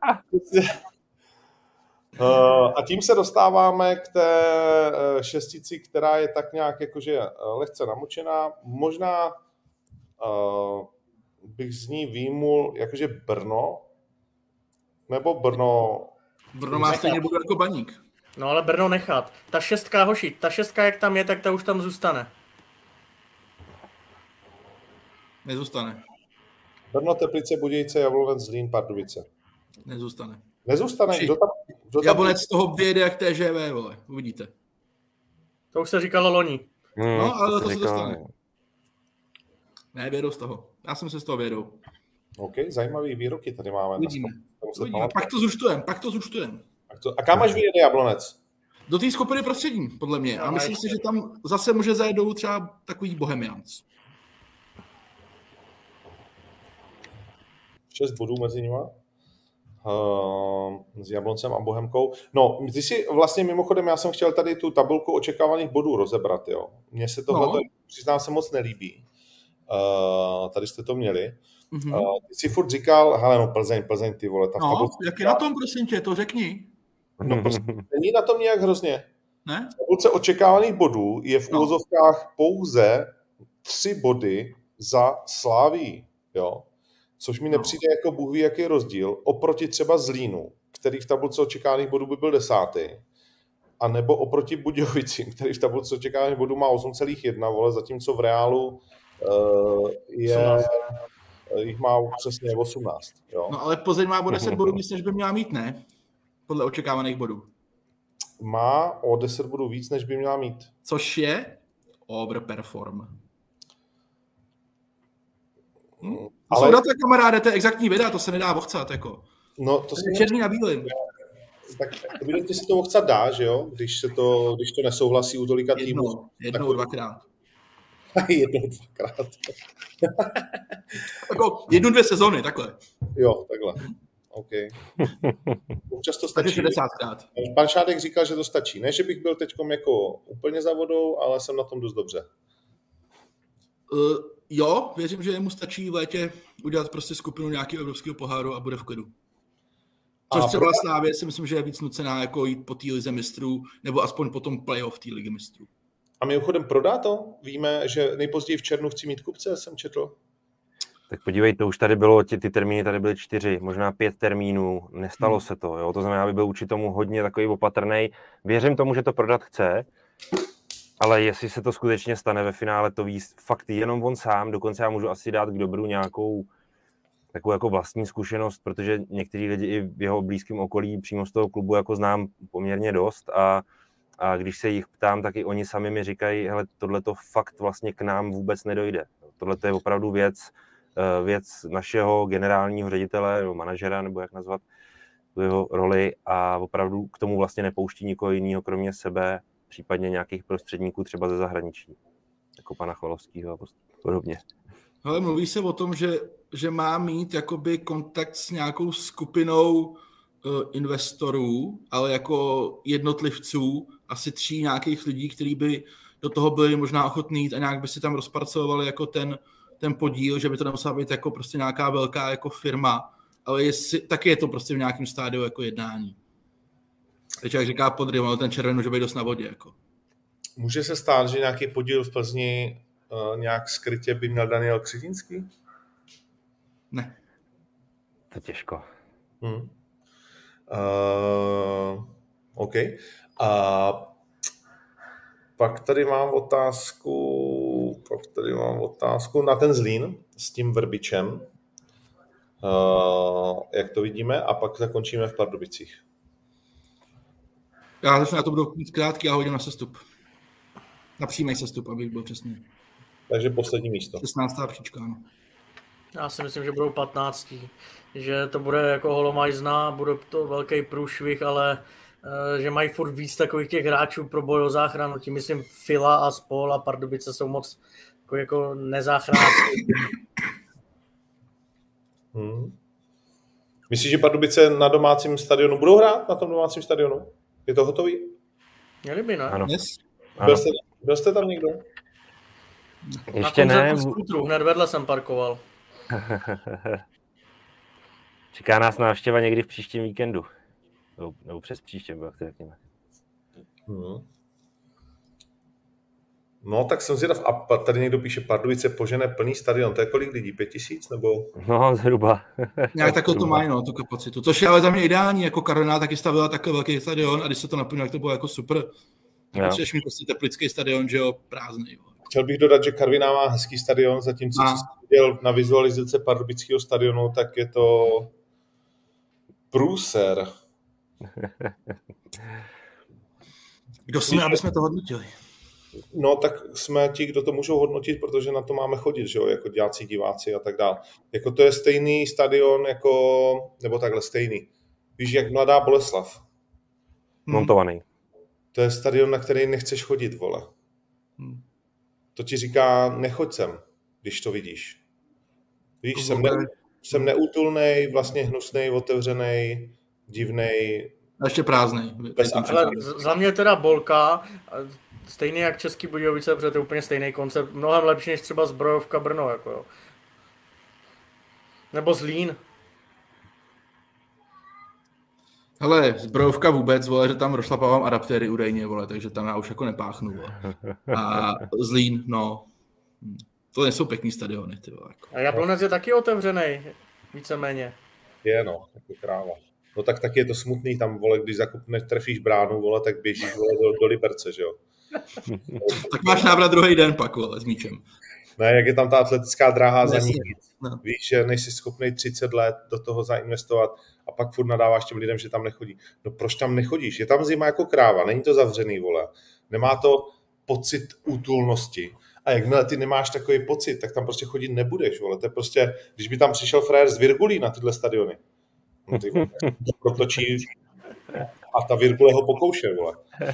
a tím se dostáváme k té šestici, která je tak nějak jakože lehce namočená. Možná bych z ní výjimul jakože Brno, nebo Brno... Brno má stejně budu jako Baník. No ale Brno nechat. Ta 6, hoši, ta 6, jak tam je, tak ta už tam zůstane. Nezůstane. Brno, Teplice, Budějice, Jablonec, Zlín, Pardubice. Nezůstane. Nezůstane? Kdo tam... Jablonec z toho vyjede jak TŽV, vole. Uvidíte. To už se říkalo loni. No, ale to se dostane. Ne, vědou z toho. Já jsem se z toho vědou. OK, zajímavý výroky tady máme. Uvidíme. Pak to zúčtujem. A kam až vyjede Jablonec? Do té skupiny prostřední, podle mě. A myslím si, že tam zase může zajedou třeba takový Bohemians. 6 bodů mezi nima. S Jabloncem a Bohemkou. No, ty si vlastně mimochodem, já jsem chtěl tady tu tabulku očekávaných bodů rozebrat, jo. Mně se tohle, přiznám se, moc nelíbí. Tady jste to měli. Ty si furt říkal, hele, no Plzeň, ty vole. Ta tabulce, jak je na tom, prosím tě, to řekni. No, prostě není na tom nějak hrozně. Ne? V tabulce očekávaných bodů je v úvozovkách pouze 3 body za Sláví, jo. Což mi nepřijde jako bůh ví, jaký rozdíl, oproti třeba Zlínu, který v tabulce očekávaných bodů by byl 10. A nebo oproti Budějovicím, který v tabulce očekávaných bodů má 8,1, vole, zatímco v reálu jich má přesně 18. Jo. No ale Plzeň má o 10 bodů víc, než by měla mít, ne? Podle očekávaných bodů. Má o 10 bodů víc, než by měla mít. Což je overperform. Ale... Jsou data, kamaráde, to je exaktní věda, to se nedá vochcat, jako. No, to je černý na bílým. Tak evidentně se to vochcat dá, že jo? Když to nesouhlasí u tolika týmů. Jednou, dvakrát. Jednou, dvakrát. Jako 1-2 sezony, takhle. Jo, takhle. OK. Občas to stačí. 60krát. Pan Šádek říkal, že to stačí. Ne, že bych byl teďkom jako úplně za vodou, ale jsem na tom dost dobře. Jo, věřím, že mu stačí v létě udělat prostě skupinu nějakého evropského poháru a bude v klidu. Což třeba Slávě si myslím, že je víc nucená jako jít po té lize mistrů, nebo aspoň po tom playoff té ligy mistrů. A mimochodem prodá to? Víme, že nejpozději v červnu chci mít kupce, jsem četl. Tak podívejte, už tady bylo, ty termíny tady byly 4, možná 5 termínů, nestalo se to, jo? To znamená, aby byl určitě tomu hodně takový opatrnej. Věřím tomu, že to prodat chce, ale jestli se to skutečně stane ve finále, to ví fakt jenom on sám, dokonce já můžu asi dát k dobru nějakou takovou jako vlastní zkušenost, protože někteří lidi i v jeho blízkém okolí přímo z toho klubu jako znám poměrně dost a a když se jich ptám, tak i oni sami mi říkají, hele, tohleto fakt vlastně k nám vůbec nedojde. Tohle je opravdu věc našeho generálního ředitele nebo manažera, nebo jak nazvat tu jeho roli, a opravdu k tomu vlastně nepouští nikoho jiného, kromě sebe, případně nějakých prostředníků třeba ze zahraničí, jako pana Chvalovského a podobně. Ale mluví se o tom, že má mít jakoby kontakt s nějakou skupinou investorů, ale jako jednotlivců, asi 3 nějakých lidí, kteří by do toho byli možná ochotní jít a nějak by si tam rozpracovali jako ten podíl, že by to nemusela být jako prostě nějaká velká jako firma, ale taky je to prostě v nějakém stádiu jako jednání. Teď jak říká Podry, ale ten červen může být dost na vodě. Jako. Může se stát, že nějaký podíl v Plzni nějak skrytě by měl Daniel Křetínský? Ne. To těžko. OK. A pak tady mám otázku na ten Zlín s tím Vrbičem. Jak to vidíme? A pak zakončíme v Pardubicích. Já začnu, to budu mít krátký a hodím na sestup. Na přímý sestup, abych byl přesný. Takže poslední místo. 16. příčka, ano. Já si myslím, že budou 15. Že to bude jako holomajzna, bude to velký průšvih, ale že mají furt víc takových těch hráčů pro boj o záchranu. Tím myslím Fila a Spol a Pardubice jsou moc jako nezáchranářské. Myslíš, že Pardubice na domácím stadionu budou hrát? Na tom domácím stadionu? Je to hotový? Měli by, ne? Ano. Yes. Byl jste tam někdo? Ještě ne. Na skútru, hned vedle jsem parkoval. Čeká nás návštěva někdy v příštím víkendu. Nebo přes příštím, jak to řekněme. No, tak jsem zvědav. A tady někdo píše, Pardubice požene plný stadion. To je kolik lidí? 5000? Nebo... No, zhruba. Nějak takhle to mají, no, tu kapacitu. Což je ale za mě ideální, jako Karolina taky stavila takový velký stadion a když se to naplnilo, tak to bylo jako super. Potřebuješ mít prostě teplický stadion, že jo, prázdný. Chtěl bych dodat, že Karviná má hezký stadion, zatímco co jsem viděl na vizualizace pardubického stadionu, tak je to průser. Kdo jsme, aby jsme to hodnotili? No, tak jsme ti, kdo to můžou hodnotit, protože na to máme chodit, že jo, jako diváci, diváci a tak dále. Jako to je stejný stadion, jako, nebo takhle stejný. Víš, jak Mladá Boleslav. Montovaný. To je stadion, na který nechceš chodit, vole. To ti říká, nechoď sem, když to vidíš. Víš, jsem neútulnej, vlastně hnusnej, otevřenej, divnej. A ještě prázdnej. Ale za mě teda Bolka, stejný jak Český Budějovice, protože to je úplně stejný koncept, mnohem lepší než třeba Zbrojovka Brno, jako jo. Nebo Zlín. Hele, Zbrojovka vůbec, vole, že tam rozšlapávám adaptéry údajně, vole, takže tam já už jako nepáchnu, vole. A Zlín, no, to nejsou pěkný stadiony, ty vole. Jako. A Jablonec je taky otevřený, víceméně. Je, no, jako kráva. No tak taky je to smutný tam, vole, když trefíš bránu, vole, tak běžíš, vole, do Liberce, že jo. Tak máš návrat druhý den pak, vole, s míčem. Ne, jak je tam ta atletická dráha za ní. No. Víš, že nejsi schopný 30 let do toho zainvestovat a pak furt nadáváš těm lidem, že tam nechodí. No proč tam nechodíš? Je tam zima jako kráva, není to zavřený, vole. Nemá to pocit útulnosti. A jakmile ty nemáš takový pocit, tak tam prostě chodit nebudeš, vole. To je prostě, když by tam přišel frajer z Virgulí na tyhle stadiony. No ty vole, protočí a ta Virgule ho pokouše, vole.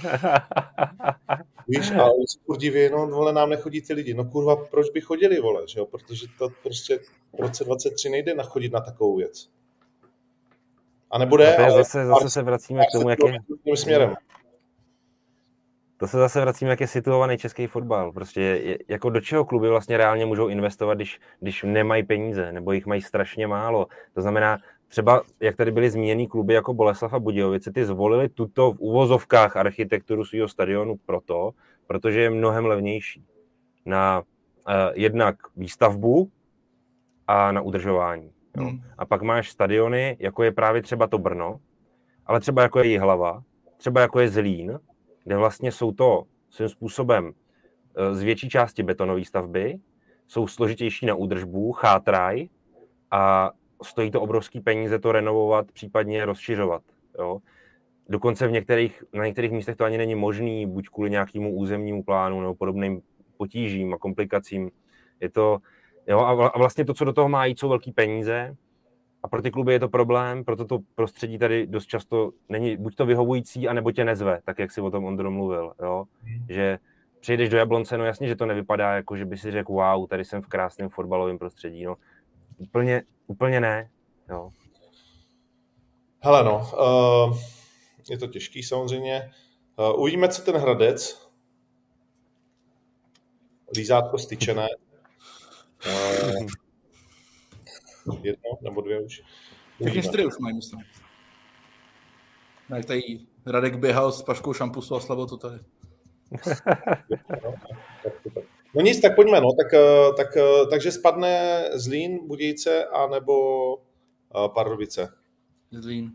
Víš, a oni se furt diví, no vole, nám nechodí ty lidi. No kurva, proč by chodili, vole, že jo? Protože to prostě v roce 23 nejde nachodit na takovou věc. A nebude, ale zase se vracíme k tomu, jak je... Směrem. To se zase vracíme, jak je situovaný český fotbal. Prostě jako do čeho kluby vlastně reálně můžou investovat, když nemají peníze, nebo jich mají strašně málo. To znamená, třeba, jak tady byly zmíněný kluby jako Boleslav a Budějovice, ty zvolili tuto v uvozovkách architekturu svého stadionu protože je mnohem levnější na jednak výstavbu a na udržování. Jo. A pak máš stadiony, jako je právě třeba to Brno, ale třeba jako je Jihlava, třeba jako je Zlín, kde vlastně jsou to svým způsobem z větší části betonové stavby, jsou složitější na údržbu, chátrají a stojí to obrovský peníze to renovovat, případně rozšiřovat. Jo. dokonce na některých místech to ani není možný, buď kvůli nějakému územnímu plánu nebo podobným potížím a komplikacím. Je to, jo, a vlastně to, co do toho má jít, jsou velký peníze a pro ty kluby je to problém, proto to prostředí tady dost často není buď to vyhovující, anebo tě nezve, tak jak si o tom Ondro mluvil, jo, že přijdeš do Jablonce, no jasně, že to nevypadá jako, že by si řekl, wow, tady jsem v krásném fotbalovém prostředí, no, úplně ne, jo. Hele no, je to těžký samozřejmě. Uvidíme, co ten Hradec. Lízátko styčené. Jedno nebo dvě už. Všechny 4 už mají, myslím. Tady Radek běhal s paškou šampusu a slavil to tady. No nic, tak pojďme, no. Takže spadne Zlín, Budějce a nebo Pardubice. Zlín.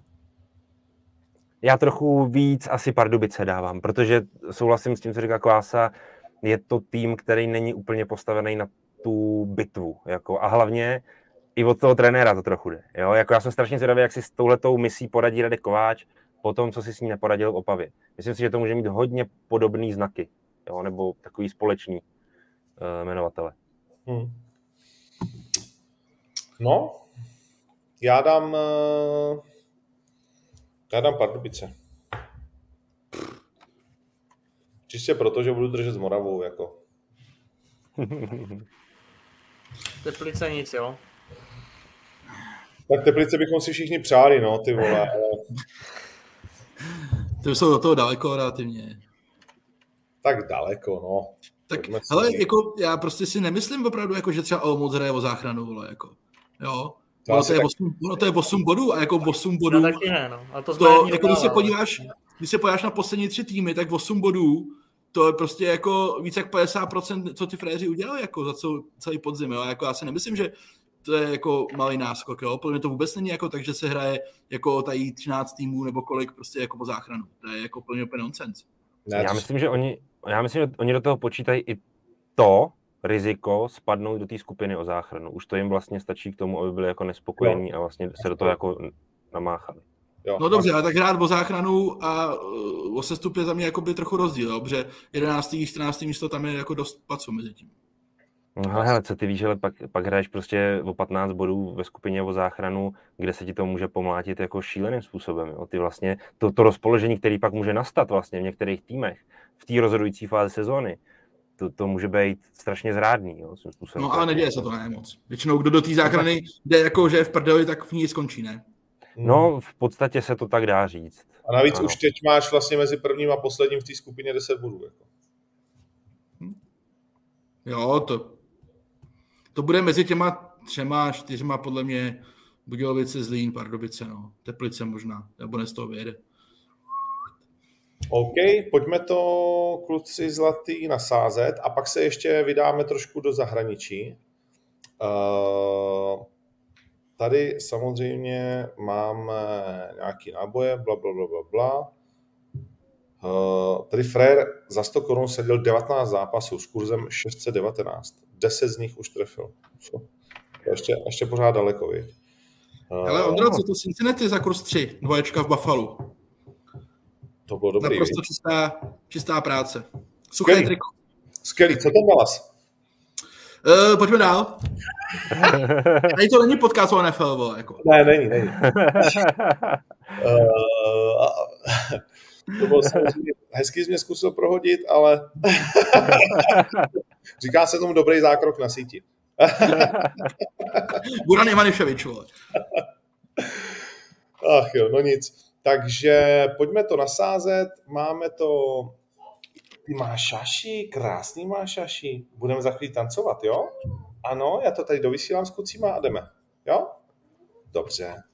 Já trochu víc asi Pardubice dávám, protože souhlasím s tím, co říká Kvása, je to tým, který není úplně postavený na tu bitvu. Jako, a hlavně i od toho trenéra to trochu jde. Jo? Jako já jsem strašně zvědavý, jak si s touhletou misí poradí Radek Kováč po tom, co si s ní neporadil v Opavě. Myslím si, že to může mít hodně podobný znaky, jo? Nebo takový společný jmenovatele. No, já dám Pardubice. Čistě proto, že budu držet s Moravou, jako. Teplice nic, jo? Tak Teplice bychom si všichni přáli, no, ty vole. Ale... To jsou do toho daleko relativně. Tak daleko, no. Tak, hele, jako, já prostě si nemyslím opravdu, jako, že třeba Olomouc hraje o záchranu, vole, jako. Jo? Ono to je 8 bodů a jako 8 bodů. No taky ne, no. A to jako, když se podíváš na poslední 3 týmy, tak 8 bodů, to je prostě jako víc jak 50%, co ty fréři udělali jako za celý podzim, jo. Jako já si nemyslím, že to je jako malý náskok, jo. Podle mě to vůbec není jako tak, že se hraje jako tady 13 týmů nebo kolik prostě jako o záchranu. To je jako plně nonsense. Já myslím, že oni do toho počítají i to riziko spadnout do té skupiny o záchranu. Už to jim vlastně stačí k tomu, aby byli jako nespokojení a vlastně se do toho jako namáchali. Jo. No dobře, ale tak hrát o záchranu a o sestup je za mě jakoby trochu rozdíl, jo? Protože 11. 14. místo tam je jako dost pacu mezi tím. No hele, co ty víš, ale pak hraješ prostě o 15 bodů ve skupině o záchranu, kde se ti to může pomlátit jako šíleným způsobem. Jo? Ty vlastně, to rozpoložení, který pak může nastat vlastně v některých týmech, v té rozhodující fázi sezóny, to může být strašně zrádný. Jo? No ale neděje se to ne moc. Většinou kdo do té záchrany jde jako, že je v prdeli, tak v ní skončí, ne? No, v podstatě se to tak dá říct. A navíc už teď máš vlastně mezi prvním a posledním v té skupině 10 bodů. Jako. Jo, to bude mezi těma 3, 4 podle mě Budějovice, Zlín, Pardubice, no. Teplice možná, nebo ne z toho vyjede. OK, pojďme to, kluci zlatý, nasázet a pak se ještě vydáme trošku do zahraničí. Tady samozřejmě máme nějaký náboje, blablabla. Tady Frér za 100 korun seděl 19 zápasů s kurzem 619. 10 z nich už trefil. Ještě pořád daleko, viď? Ale Ondro, co to Cincinnati za kurz 3? 2 v Buffalo. To bylo dobrý. Naprosto čistá práce. Suché triko. Skvělý, co ten Dallas? Pojďme dál. Tady to není podcast o NFL, vole, jako. Ne, není. To bylo samozřejmě hezky jsi mě zkusil prohodit, ale říká se tomu dobrý zákrok na síti. Goran Ivaniševič, vole. Ach jo, no nic. Takže pojďme to nasázet. Máme to... Ty máš šaši, krásný máš šaši. Budeme za chvíli tancovat, jo? Ano, já to tady dovysílám s kucíma a jdeme. Jo? Dobře.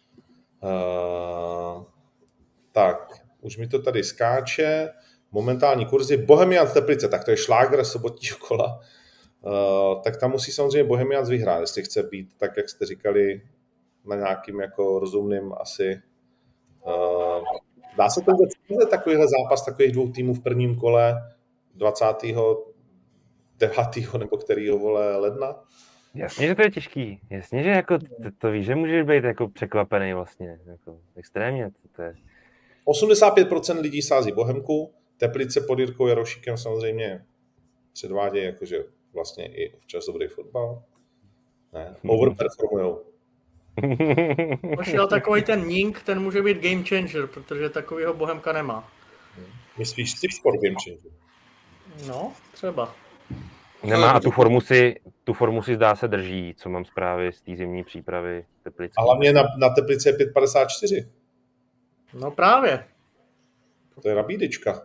Tak, už mi to tady skáče. Momentální kurzy. Bohemians Teplice, tak to je šlágr sobotního kola. Tak tam musí samozřejmě Bohemians vyhrát, jestli chce být, tak jak jste říkali, na nějakým jako rozumným asi... Dá se to vůbec takovýhle zápas takových 2 týmů v prvním kole 29. nebo kterýho vole ledna? Jasně, že to je těžký. Jasně, že jako to víš, že můžeš být jako překvapený vlastně. Jako extrémně. To je... 85% lidí sází Bohemku, Teplice pod Jirkou Jarošíkem samozřejmě předvádějí jakože vlastně i včas dobrý fotbal. Ne, overperformujou. Pošel takový ten Nink, ten může být game changer, protože takovýho Bohemka nemá. Myslíš Steve Sport game changer? No, třeba. Nemá a tu formu si zdá se drží, co mám zprávy z té zimní přípravy Teplice. A hlavně na Teplice je 5,54. No právě. To je nabídečka.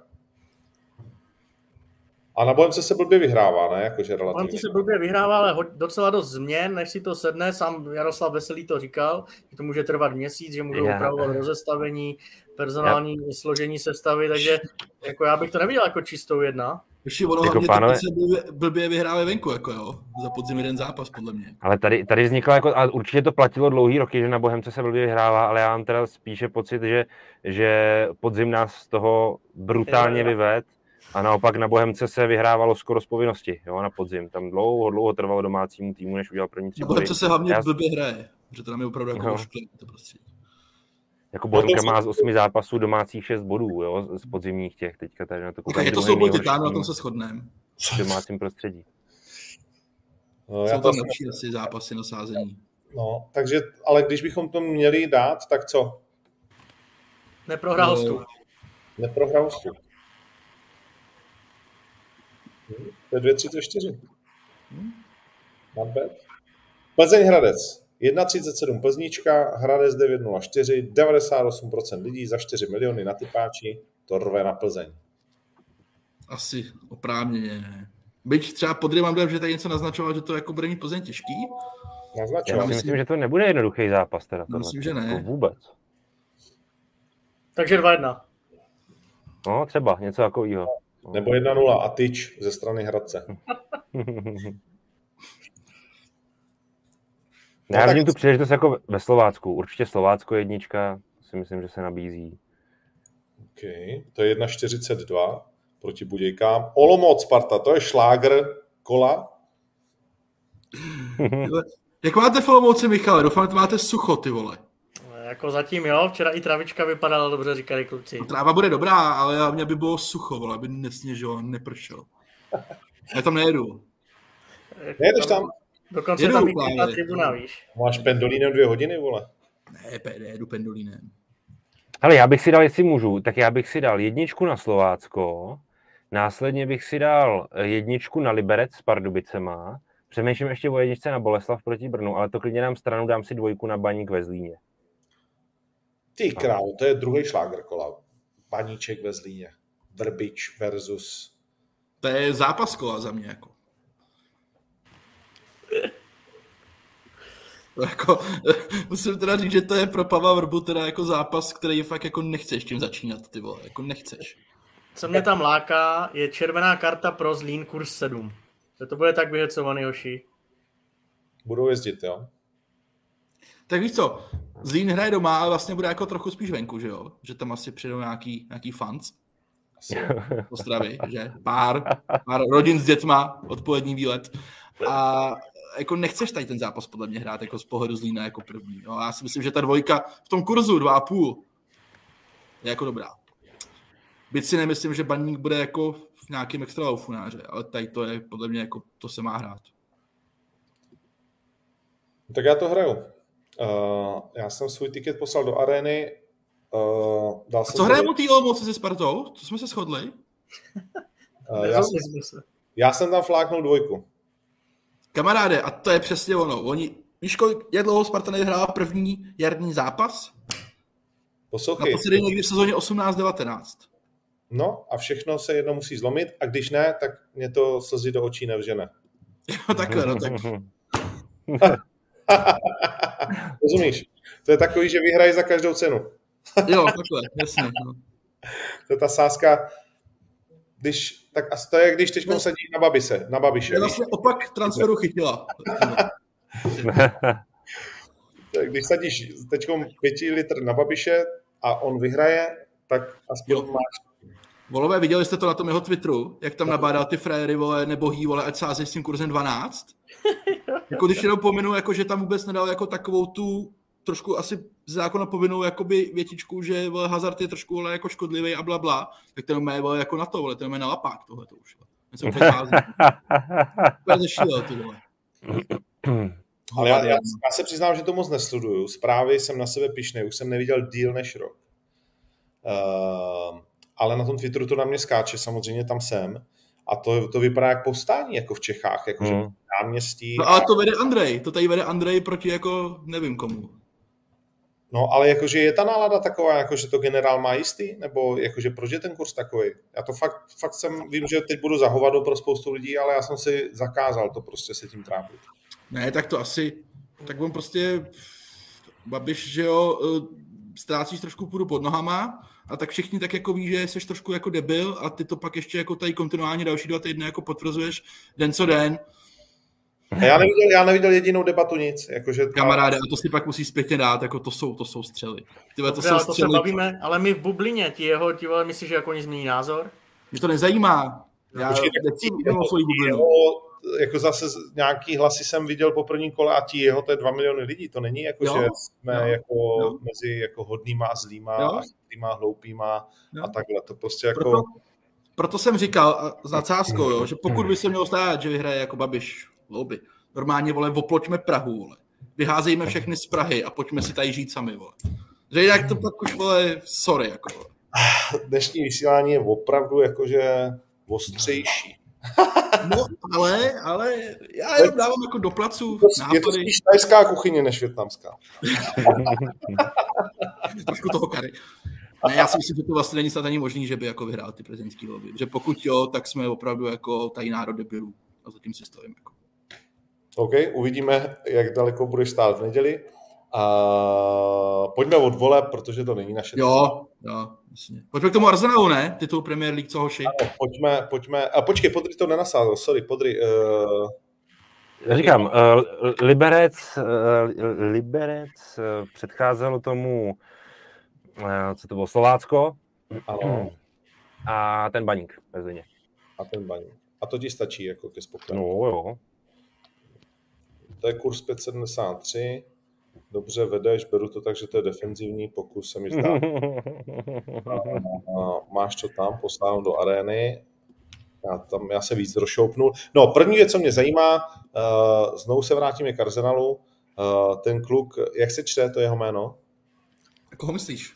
A na Bohemce se blbě vyhrává, ne? Jakože relativně. Bohemce se blbě vyhrává, ale docela dost změn, než si to sedne. Sám Jaroslav Veselý to říkal, že to může trvat měsíc, že můžou upravovat rozestavení, personální složení sestavy, takže jako já bych to neviděl jako čistou 1. Ještě ono jako hlavně se blbě vyhráve venku, jako jo, za podzim jeden zápas, podle mě. Ale tady vznikla, jako, a určitě to platilo dlouhý roky, že na Bohemce se blbě vyhrává, ale já mám teda spíše pocit, že podzim nás z toho brutálně vyved a naopak na Bohemce se vyhrávalo skoro z povinnosti, jo, na podzim. Tam dlouho trvalo domácímu týmu, než udělal první 3 body. Na Bohemce se hlavně blbě hraje, že to nám je opravdu jako ošklivý to prostředí. Jako Bohemka má z 8 zápasů domácích 6 bodů, jo, z podzimních těch, teďka tady na to koukám. Je to souboj titánů, na tom se shodneme. V domácím prostředí. No, jsou tam lepší asi zápasy na sázení. No, takže, ale když bychom to měli dát, tak co? Neprohrál hostu. Neprohrál hostu. To je 2,34. Not bad. Plzeň Hradec. 1,37 Plznička, Hradec 9,04, 98% lidí za 4 miliony na typáči, to rve na Plzeň. Asi oprávněně. Byť třeba pod mám dojem, že tady něco naznačoval, že to jako bude mít Plzeň těžký. Naznačoval. Já myslím, že to nebude jednoduchý zápas. Teda myslím, že ne. Vůbec. Takže 2-1. No, třeba, něco takového. No. Nebo 1-0 a tyč ze strany Hradce. Já vidím tu příležitost jako ve Slovácku. Určitě Slovácko 1, si myslím, že se nabízí. OK, to je 1,42 proti Budějkám. Olomouc Sparta, to je šlágr kola. Jak máte v Olomouci, Michale? Doufám, že máte sucho, ty vole. Jako zatím jo, včera i travička vypadala dobře, říkali kluci. Tráva bude dobrá, ale hlavně by bylo sucho, vole, aby nesněžilo, nepršelo. Já tam nejedu. Nejedeš tam? Dokonce jedu, tam i na tribuna, víš. Máš pendolínem 2 hodiny, vole? Ne, jedu pendolínem. Ale já bych si dal, jestli můžu, tak já bych si dal 1 na Slovácko, následně bych si dal 1 na Liberec s Pardubicema, přemýšlím ještě o 1 na Boleslav proti Brnu, ale to klidně dám stranu, dám si 2 na Baník ve Zlíně. Ty král, to je druhý šlágr kola. Baníček ve Zlíně. Vrbič versus... To je zápas kola za mě, jako. Jako, musím teda říct, že to je pro Pavla Vrbu teda jako zápas, který fakt jako nechceš tím začínat, ty vole, jako nechceš. Co mě tam láká, je červená karta pro Zlín kurz 7. To bude tak vyhecovaný, hoši. Budou jezdit, jo? Tak víš co, Zlín hraje doma, ale vlastně bude jako trochu spíš venku, že jo? Že tam asi přijdou nějaký fans. Z Ostravy, že? Pár rodin s dětma, odpolední výlet. A jako nechceš tady ten zápas podle mě hrát jako z pohledu Zlína jako první. No, já si myslím, že ta 2 v tom kurzu 2,5 je jako dobrá. Byť si nemyslím, že Baník bude jako v nějakém extra laufunáře, ale tady to je podle mě jako to se má hrát. Tak já to hraju. Já jsem svůj tiket poslal do arény. A co hrajeme o té Olomouci se Spartou? To jsme se shodli? Já jsem tam fláknul 2. Kamaráde, a to je přesně ono. Víš, jak dlouho Sparta nehrála první jarní zápas? Poslouchej. Naposledy někdy v sezóně 18-19. No a všechno se jedno musí zlomit a když ne, tak mě to slzy do očí nevžene. Jo, takhle, no tak. Rozumíš? To je takový, že vyhrají za každou cenu. Jo, takhle, jasně. No. To je ta sázka, tak asi to je, když teď sadíš na Babiše. Je vlastně opak transferu Chytila. Když sadíš teď 5 litr na Babiše a on vyhraje, tak aspoň máš. Volové, viděli jste to na tom jeho Twitteru, jak tam nabádal ty frajery, vole, nebohý, vole, ať sází s tím kurzem 12? Jako když jenom pominu, jako, že tam vůbec nedal jako takovou tu trošku asi z zákona povinnou jakoby větičku, že vole, hazard je trošku vole, jako škodlivý a blabla, tak ten má vole, jako na to, vole, ten má na lapák tohle to už. Něco Ale já se přiznám, že to moc nesleduju. Zprávy jsem na sebe pyšnej, už jsem neviděl díl než rok. Ale na tom Twitteru to na mě skáče, samozřejmě tam jsem. A to vypadá jak povstání, jako v Čechách, jakože náměstí. No ale to vede Andrej, to tady vede Andrej proti jako nevím komu. No ale jakože je ta nálada taková, jakože to generál má jistý, nebo jakože proč je ten kurz takový? Já to fakt vím, že teď budu za hovado pro spoustu lidí, ale já jsem si zakázal to prostě se tím trápit. Ne, tak to asi, tak on prostě, Babiš, že jo, ztrácíš trošku půdu pod nohama a tak všichni tak jako ví, že jsi trošku jako debil a ty to pak ještě jako tady kontinuálně další 2 týdny jako potvrzuješ den co den. A já neviděl jedinou debatu nic. Jakože kamaráde, a to si pak musíš zpětně dát, jako to jsou střely. Tyhle, to jsou střely. To se bavíme, ale my v bublině, ti vole, myslíš, že jako oni změní názor? Mě to nezajímá. Já jako zase nějaký hlasy jsem viděl po prvním kole a jeho to je 2 miliony lidí. To není jako, že jsme jako mezi jako hodnýma a zlýma a chytrýma, hloupýma a takhle. To prostě jako... Proto jsem říkal s nadsázkou, jo, že pokud by se mělo stát, že vyhraje jako Babiš volby, normálně, vole, oploťme Prahu, vole. Vyházejme všechny z Prahy a pojďme si tady žít sami, vole. Že jinak to pak už, vole, sorry, jako, vole. Dnešní vysílání je opravdu jakože ostřejší. No, ale já jenom dávám jako do placu nápady. Je to spíš tajská kuchyně než vietnamská. Trošku toho kary. Ne, já si myslím, že to vlastně není snad ani možný, že by jako vyhrál ty prezidentský volby. Že pokud jo, tak jsme opravdu jako tady národ debilů. A zatím si stavím. Jako. OK, uvidíme, jak daleko budeš stát v neděli. A pojďme od voleb, protože to není naše. Jo, jasně. Pojďme k tomu Arsenalu, ne? Titul Premier League, co hoši? Ano, pojďme. A počkej, Podry to nenasázal, sorry, Podry. Říkám, Liberec předcházelo tomu, co to bylo, Slovácko. Ano. A ten Baník ve Zlíně. A to ti stačí jako ke spokojení. No jo. To je kurz 5,73. Dobře vedeš, beru to tak, že to je defenzivní pokus, se mi zdá. Máš to tam, poslám do arény. Já se víc rozšoupnul. No, první věc, co mě zajímá, znovu se vrátíme k Arsenalu. Ten kluk, jak se čte to jeho jméno? Koho myslíš?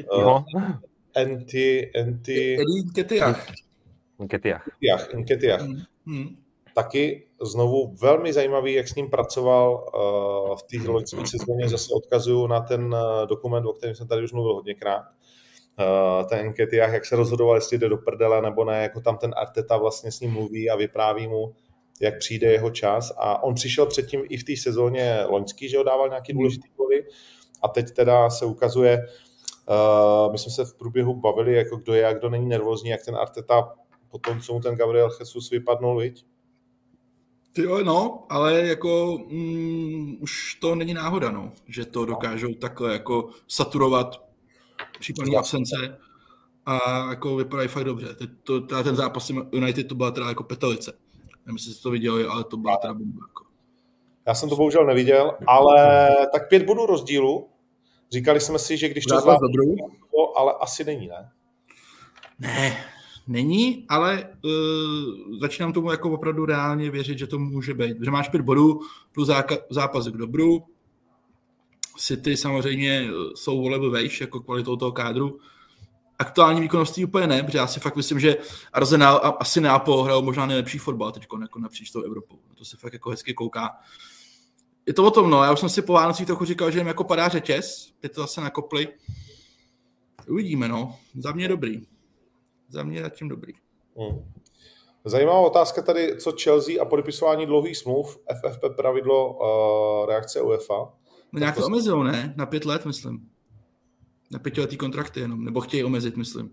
Nketiah. Taky znovu velmi zajímavý, jak s ním pracoval v té loňské sezóně. Zase odkazuju na ten dokument, o kterém jsem tady už mluvil hodněkrát. Ten Nketiah, jak se rozhodoval, jestli jde do prdele nebo ne, jako tam ten Arteta vlastně s ním mluví a vypráví mu, jak přijde jeho čas. A on přišel předtím i v té sezóně loňský, že ho dával nějaký důležitý goly. A teď teda se ukazuje, my jsme se v průběhu bavili, jako kdo je a kdo není nervózní, jak ten Arteta potom, co mu ten Gabriel Jesus vypadnul, viď? Jo, no, ale jako už to není náhoda, no, že to dokážou takhle jako saturovat případné absence a jako vypadají fakt dobře. Ten zápas s United to byla teda jako petelice. Nevím, jestli jste to viděli, ale to byla teda bomba. Jako. Já jsem to bohužel neviděl, ale tak 5 bodů rozdílu. Říkali jsme si, že když to zvládne, ale asi není, ne? Ne, není, ale začínám tomu jako opravdu reálně věřit, že to může být. Že máš 5 bodů plus zápas k dobru. City samozřejmě jsou o level vejš jako kvalitou toho kádru. Aktuální výkonností úplně ne, protože já si fakt myslím, že Arsenal a asi Neapol hrajou možná nejlepší fotbal teď jako napříč tou Evropou. To se fakt jako hezky kouká. Je to o tom, no. Já už jsem si po Vánocích trochu říkal, že jim jako padá řetěz. Teď to zase nakopli. Uvidíme, no. Za mě dobrý. Za mě zatím dobrý. Zajímavá otázka tady, co Chelsea a podepisování dlouhých smluv, FFP pravidlo, reakce UEFA. No nějak to omezil, ne? Na 5 let, myslím. Na 5letý kontrakty jenom. Nebo chtějí omezit, myslím.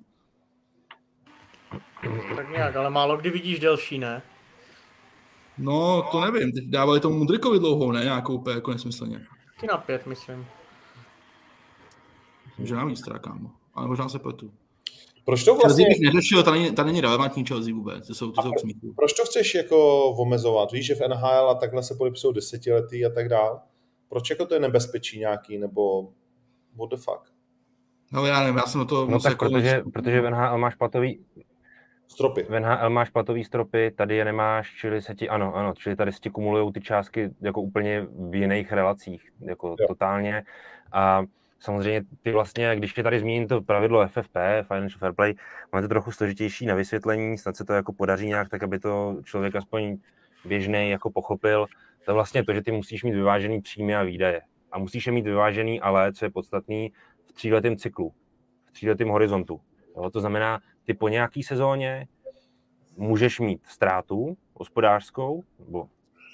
Tak nějak, ale málo kdy vidíš delší, ne? No, to nevím. Teď dávali tomu Mudrykovi dlouhou, ne? Nějakou úplně jako nesmyslně. Ty na 5, myslím. Myslím, že na místra, kámo. Ale možná se pletu. Proč to vlastně... Chelsea bych neřešil, ta není relevantní Chelsea vůbec. To jsou proč to chceš jako omezovat? Víš, že v NHL a takhle se podepisují 10letý a tak dál? Proč jako to je nebezpečí nějaký, nebo what the fuck? No já nevím, já jsem to... No tak jako protože v NHL máš platový... Stropy. V NHL máš platový stropy, tady je nemáš, čili se ti, ano, čili tady se ti kumulujou ty částky jako úplně v jiných relacích, jako totálně. A samozřejmě ty vlastně, když je tady zmíním to pravidlo FFP, Financial Fair Play, máme to trochu složitější na vysvětlení, snad se to jako podaří nějak tak, aby to člověk aspoň běžnej jako pochopil. To je vlastně to, že ty musíš mít vyvážený příjmy a výdaje. A musíš je mít vyvážený, ale, co je podstatný, v 3letém cyklu, v 3letém horizontu. Jo, to znamená, ty po nějaký sezóně můžeš mít ztrátu hospodářskou, nebo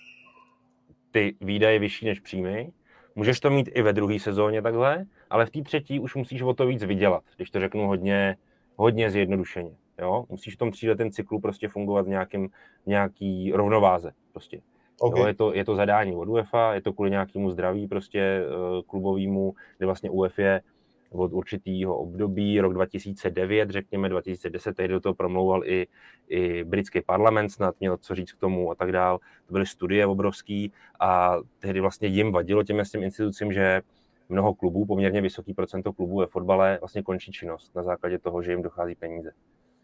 ty výdaje vyšší než příjmy. Můžeš to mít i ve druhé sezóně takhle, ale v té třetí už musíš o to víc vydělat, když to řeknu hodně zjednodušeně. Jo? Musíš v tom 3letém cyklu prostě fungovat v nějaký rovnováze. Prostě. Okay. Jo, je to zadání od UEFA, je to kvůli nějakému zdraví prostě klubovému, kde vlastně UEFA je od určitého období, rok 2009, řekněme 2010, tehdy do toho promlouval i britský parlament, snad měl co říct k tomu a tak dál. To byly studie obrovský a tehdy vlastně jim vadilo těm institucím, že mnoho klubů, poměrně vysoký procento klubů ve fotbale vlastně končí činnost na základě toho, že jim dochází peníze.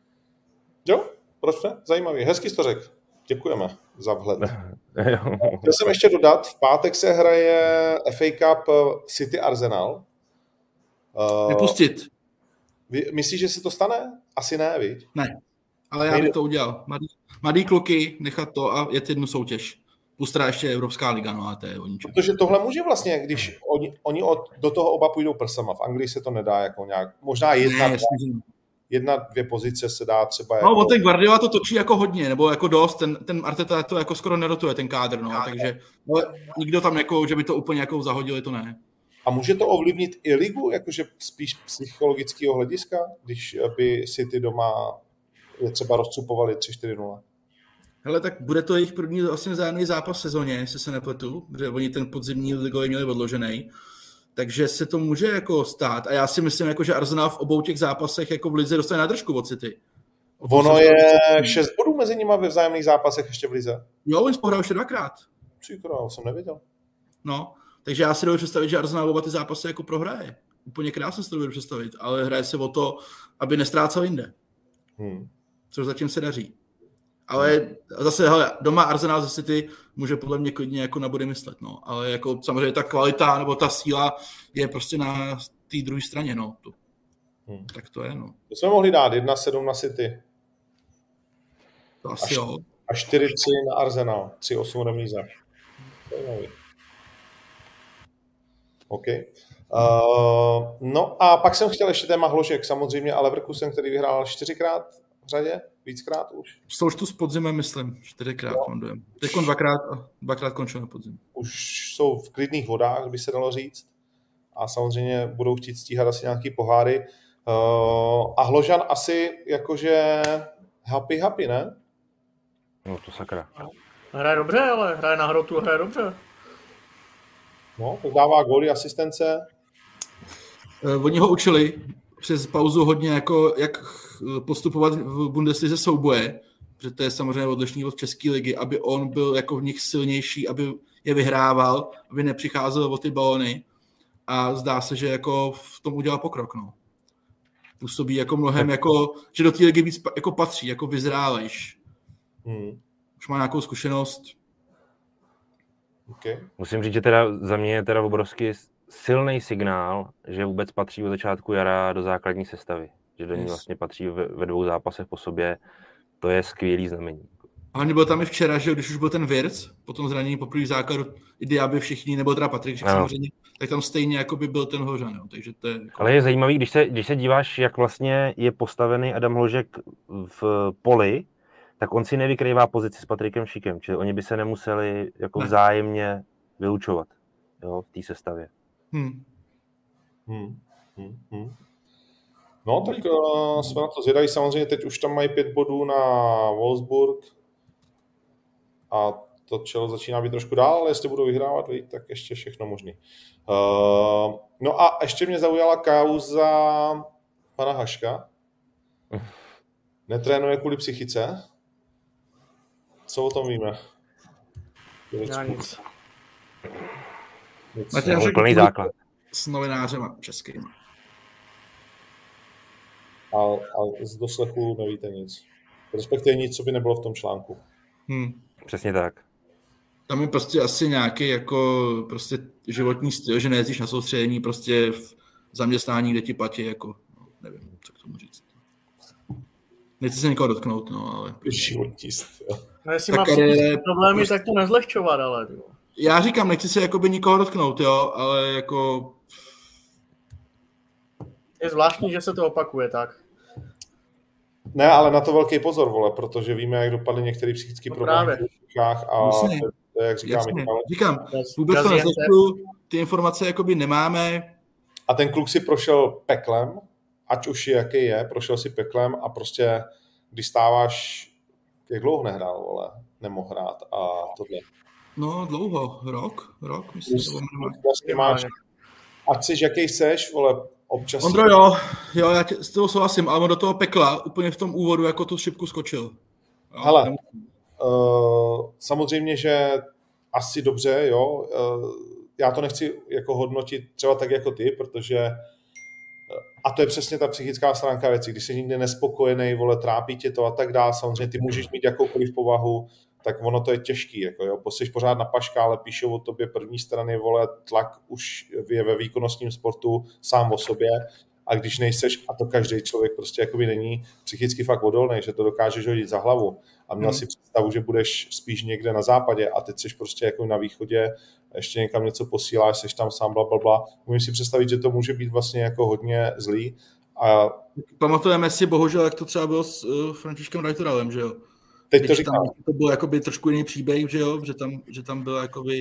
Jo, proč ne? Zajímavý. Hezky jsi to řekl. Děkujeme za vhled. Chtěl jsem ještě dodat, v pátek se hraje FA Cup City Arsenal. Nepustit. Myslíš, že se to stane? Asi ne, viď? Ne, ale já bych to udělal. Mladý kluky, nechat to a jet jednu soutěž. Pustra ještě Evropská liga, no a to je o ničem. Protože tohle může vlastně, když oni do toho oba půjdou prsama. V Anglii se to nedá jako nějak, možná jedna, dvě pozice se dá třeba... No, jako... ten Guardiola to točí jako hodně, nebo jako dost, ten Arteta to jako skoro nerotuje, ten kádr, no, takže nikdo tam jako, že by to úplně jako zahodili, to ne. A může to ovlivnit i ligu, jakože spíš psychologického hlediska, když by City doma je třeba rozcupovali 3-4-0? Hele, tak bude to jejich první vlastně vzájemný zápas v sezóně, jestli se nepletu, protože oni ten podzimní ligový měli odložený. Takže se to může jako stát. A já si myslím, jako, že Arsenal v obou těch zápasech jako v lize dostane na držku od City. Ono je 6 bodů mezi nimi ve vzájemných zápasech ještě v lize. Jo, oni spohrál ještě 2krát. Příkrát, jsem nevěděl. No, takže já si dovedu představit, že Arsenal oba ty zápasy jako prohraje. Úplně krásně si to dovedu představit, ale hraje se o to, aby nestrácel jinde. Což zatím se daří. Ale zase, hele, doma Arsenal ze City může podle mě klidně jako na body myslet, no. Ale jako samozřejmě ta kvalita nebo ta síla je prostě na té druhé straně, no. Tak to je, no. To jsme mohli dát 1-7 na City. To asi jo. A 4-3 na Arsenal. 3-8 remíza. OK. No a pak jsem chtěl ještě téma hložek, samozřejmě, ale Leverkusen, který vyhrál 4krát v řadě, víckrát už. Součtu s podzimem, myslím, 4krát mám dojem. Teď dvakrát končil na podzim. Už jsou v klidných vodách, by se dalo říct. A samozřejmě budou chtít stíhat asi nějaký poháry. A Hložan asi jakože happy, ne? No to sakra. Hraje dobře, ale hraje na hrotu, hraje dobře. No, to dává góly, asistence. Oni ho učili přes pauzu hodně, jako jak postupovat v Bundeslize souboje, protože to je samozřejmě odlišný od České ligy, aby on byl jako v nich silnější, aby je vyhrával, aby nepřicházel o ty balony. A zdá se, že jako v tom udělal pokrok, no. Působí jako mnohem, jako, že do té ligy víc jako patří, jako vyzrálejš. Už má nějakou zkušenost. Okay. Musím říct, že teda za mě je teda obrovský silný signál, že vůbec patří od začátku jara do základní sestavy. Že do ní vlastně patří ve 2 zápasech po sobě. To je skvělý znamení. A hlavně byl tam i včera, že když už byl ten Wirtz, po tom zranění poprvé základu, i Diaby všichni, nebo teda Patrik, samozřejmě, tak tam stejně jako by byl ten Hložan. Jo. Takže to je jako... Ale je zajímavý, když se díváš, jak vlastně je postavený Adam Hložek v poli, tak on si nevykrývá pozici s Patrikem Šikem, čili oni by se nemuseli jako vzájemně vylučovat, jo, v té sestavě. No, tak jsme na to zvědaví. Samozřejmě teď už tam mají 5 bodů na Wolfsburg a to čelo začíná být trošku dál, ale jestli budou vyhrávat, tak ještě všechno možný. No a ještě mě zaujala kauza pana Haška. Netrénuje kvůli psychice. Co o tom víme? Já nic. Úplný základ. S novinářem českým. A z doslechu nevíte nic. Respektive nic, co by nebylo v tom článku. Přesně tak. Tam je prostě asi nějaký jako prostě životní styl, že nejezdíš na soustředění prostě v zaměstnání, kde ti platí jako, nevím, co k tomu říct. Nechci se někoho dotknout, no, ale... Životní styl. No, jestli má psychické problémy, tak to nezlehčovat, ale... Já říkám, nechci se jakoby nikoho dotknout, jo, ale jako... Je zvláštní, že se to opakuje tak. Ne, ale na to velký pozor, vole, protože víme, jak dopadly některé psychické problémy v Čechách a to, jak říkám, říkám, vůbec to nezlehčuju, ty informace jakoby nemáme. A ten kluk si prošel peklem, ať už jaký je, prošel si peklem a prostě, když stáváš, jak dlouho nehrál, vole, nemohl hrát a tohle. No, dlouho, rok, myslím. Vlastně máš, ať jsi, jaký seš, vole, občas... Ondro, jo, já s toho souhlasím, ale on do toho pekla úplně v tom úvodu jako tu šipku skočil. Jo, hele, samozřejmě, že asi dobře, jo, já to nechci jako hodnotit třeba tak jako ty, protože a to je přesně ta psychická stránka věcí, když jsi nikdy nespokojený, vole, trápí tě to a tak dále, samozřejmě ty můžeš mít jakoukoliv povahu, tak ono to je těžký, jako jo, jsi pořád na paškále, píšou o tobě první strany, vole, tlak už je ve výkonnostním sportu sám o sobě a když nejseš, a to každý člověk prostě jakoby není psychicky fakt odolný, že to dokážeš hodit za hlavu a měl si představu, že budeš spíš někde na západě a teď jsi prostě jako na východě, ještě někam něco posíláš, jsi tam sám blablabla, můžu si představit, že to může být vlastně jako hodně zlý. A pamatujeme si bohužel, jak to třeba bylo s Františkem Rajtoralem, že jo? Teď to říkám. To byl jakoby trošku jiný příběh, že jo? Že tam byla jakoby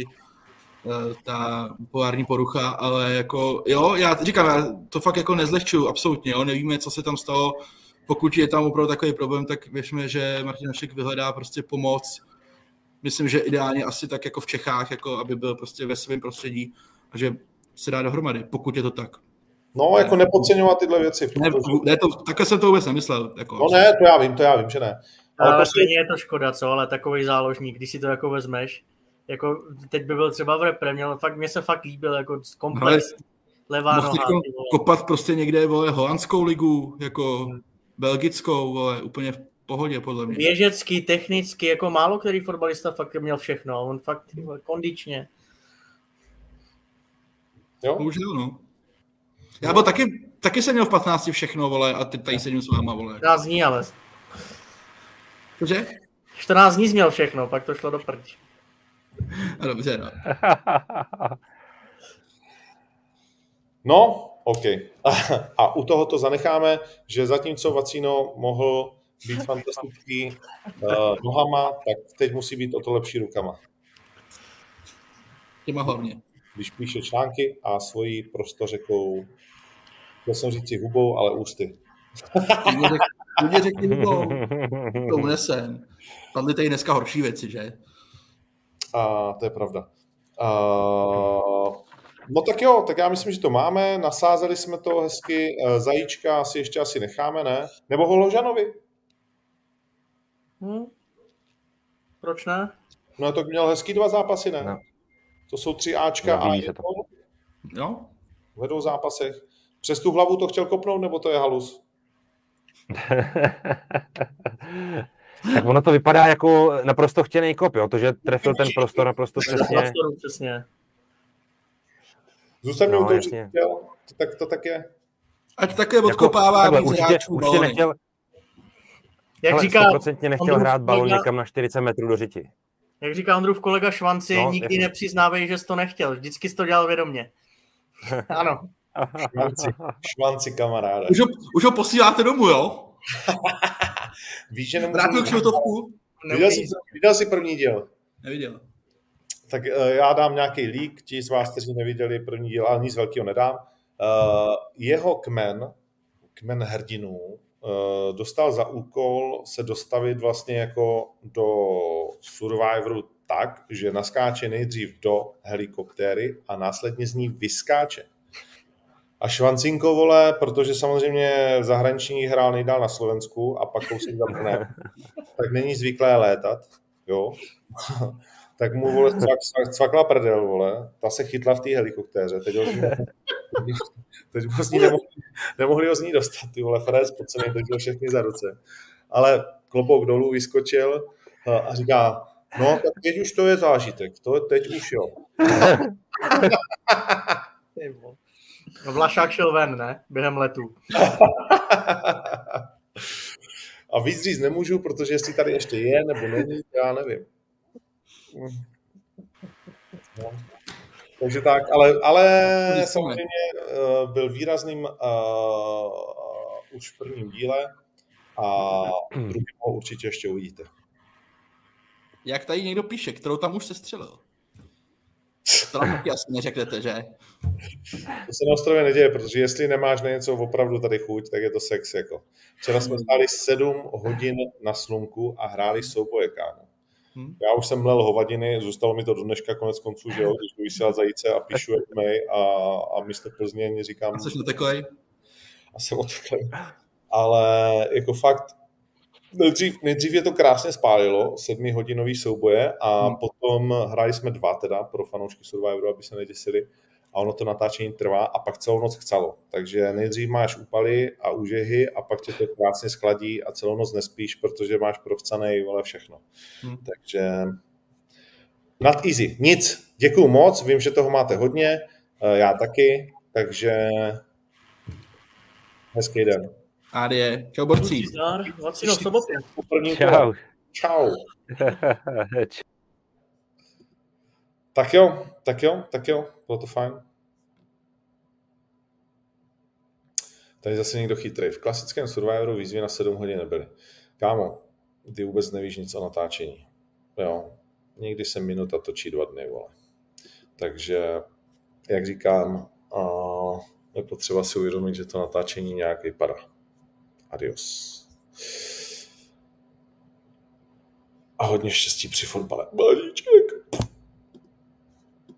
ta polární porucha, ale jako, jo, já říkám, já to fakt jako nezlehčuju, absolutně, jo, nevíme, co se tam stalo, pokud je tam opravdu takový problém, tak věřme, že Martin Hašek vyhledá prostě pomoc, myslím, že ideálně asi tak jako v Čechách, jako aby byl prostě ve svém prostředí a že se dá dohromady, pokud je to tak. No, jako nepodceňovat tyhle věci. Ne, takhle jsem to vůbec nemyslel. Jako, no ne, to já vím, že ne. Ale prostě je to škoda, co, ale takovej záložník, když si to jako vezmeš, jako teď by byl třeba v repre, mně se fakt líbil, jako komplex, levá noha. Kopat prostě někde, vole, holandskou ligu, jako belgickou, vole, úplně v pohodě, podle mě. Běžecký, technicky, jako málo který fotbalista fakt měl všechno, on fakt kondičně. Jo? Bohužel, no. Já byl taky jsem měl v 15 všechno, vole, a teď tady sedím s váma, vole. 14 dní, ale. Cože? 14 dní měl všechno, pak to šlo do prd. Dobře, no. No, OK. A u toho to zanecháme, že zatímco Vacino mohl být fantastický nohama, tak teď musí být o to lepší rukama. Těma hlavně. Když píše články a svojí prostořekou, chtěl jsem říct si hubou, ale ústy. Mě řekni hubou, to unesem. Padly tady dneska horší věci, že? A to je pravda. No tak jo, tak já myslím, že to máme, nasázeli jsme to hezky, Zajíčka si ještě asi necháme, ne? Nebo Holožanovi? Proč ne? No tak měl hezký 2 zápasy, ne? No. To jsou 3 Ačka a jedno. Jo? Vedou zápasech. Přes tu hlavu to chtěl kopnout, nebo to je halus? Tak ono to vypadá jako naprosto chtěný kop, jo? To, že trefil ten prostor naprosto přesně. Zůstaňme u toho, že tak to tak je. Ať také odkopává jako, víc hráčů určitě nechtěl, jak říká, 100% nechtěl hrát balón někam na 40 metrů do řiti. Jak říká Ondrův kolega Švanci, nikdy nepřiznávej, že jsi to nechtěl. Vždycky jsi to dělal vědomě. Ano. Švanci kamaráde. Už ho posíláte domů, jo? Víš, že nemůžu... Vrátil kšiltovku? Viděl jsi první díl? Neviděl. Tak já dám nějaký lík, ti z vás, kteří neviděli první díl, ale nic velkého nedám. Jeho kmen hrdinů, dostal za úkol se dostavit vlastně jako do Survivoru tak, že naskáče nejdřív do helikoptéry a následně z ní vyskáče. A Švancinko, vole, protože samozřejmě zahraniční hrál nejdál na Slovensku a pak kousek zapne, tak není zvyklé létat, jo. tak mu, vole, cvakla prdel, vole. Ta se chytla v té helikoptéře. Teď ho z ní nemohli ho z ní dostat, ty vole, Fred spocený, držel všechny za ruce. Ale klobouk dolů vyskočil a říká, no, tak teď už to je zážitek, teď už jo. Vlašák šel ven, ne? Během letu. A víc říct nemůžu, protože jestli tady ještě je, nebo není, já nevím. No. Takže tak, ale samozřejmě byl výrazným už v prvním díle a druhý ho určitě ještě uvidíte. Jak tady někdo píše, kterou tam už se střelil? To nám taky asi neřeknete, že? To se na ostrově neděje, protože jestli nemáš na něco opravdu tady chuť, tak je to sex jako. Včera jsme stáli 7 hodin na slunku a hráli souboje, kámo. Já už jsem mlel hovadiny, zůstalo mi to do dneška konec konců, že jo, když budu vysílat zajíce a píšu MMA a Mr. Plzně říkám... A jsi oteklej? A jsem oteklej. Ale jako fakt, nejdřív je to krásně spálilo, 7hodinový souboje a potom hráli jsme 2 teda pro fanoušky Survivoru, aby se neděsili. A ono to natáčení trvá a pak celou noc chcelo. Takže nejdřív máš úpaly a úžehy a pak tě to krásně schladí a celou noc nespíš, protože máš provcanej, vole, všechno. Takže not easy. Nic. Děkuju moc, vím, že toho máte hodně, já taky, takže hezký den. Adie. Čau, borci. Čau. Čau. Tak jo, bylo to fajn. Tady zase někdo chytrý. V klasickém Survivoru výzvy na 7 hodin nebyly. Kámo, ty vůbec nevíš nic o natáčení. Jo, někdy se minuta točí 2 dny, vole. Takže, jak říkám, je potřeba si uvědomit, že to natáčení nějak vypadá. Adios. A hodně štěstí při fotbale. Balíček.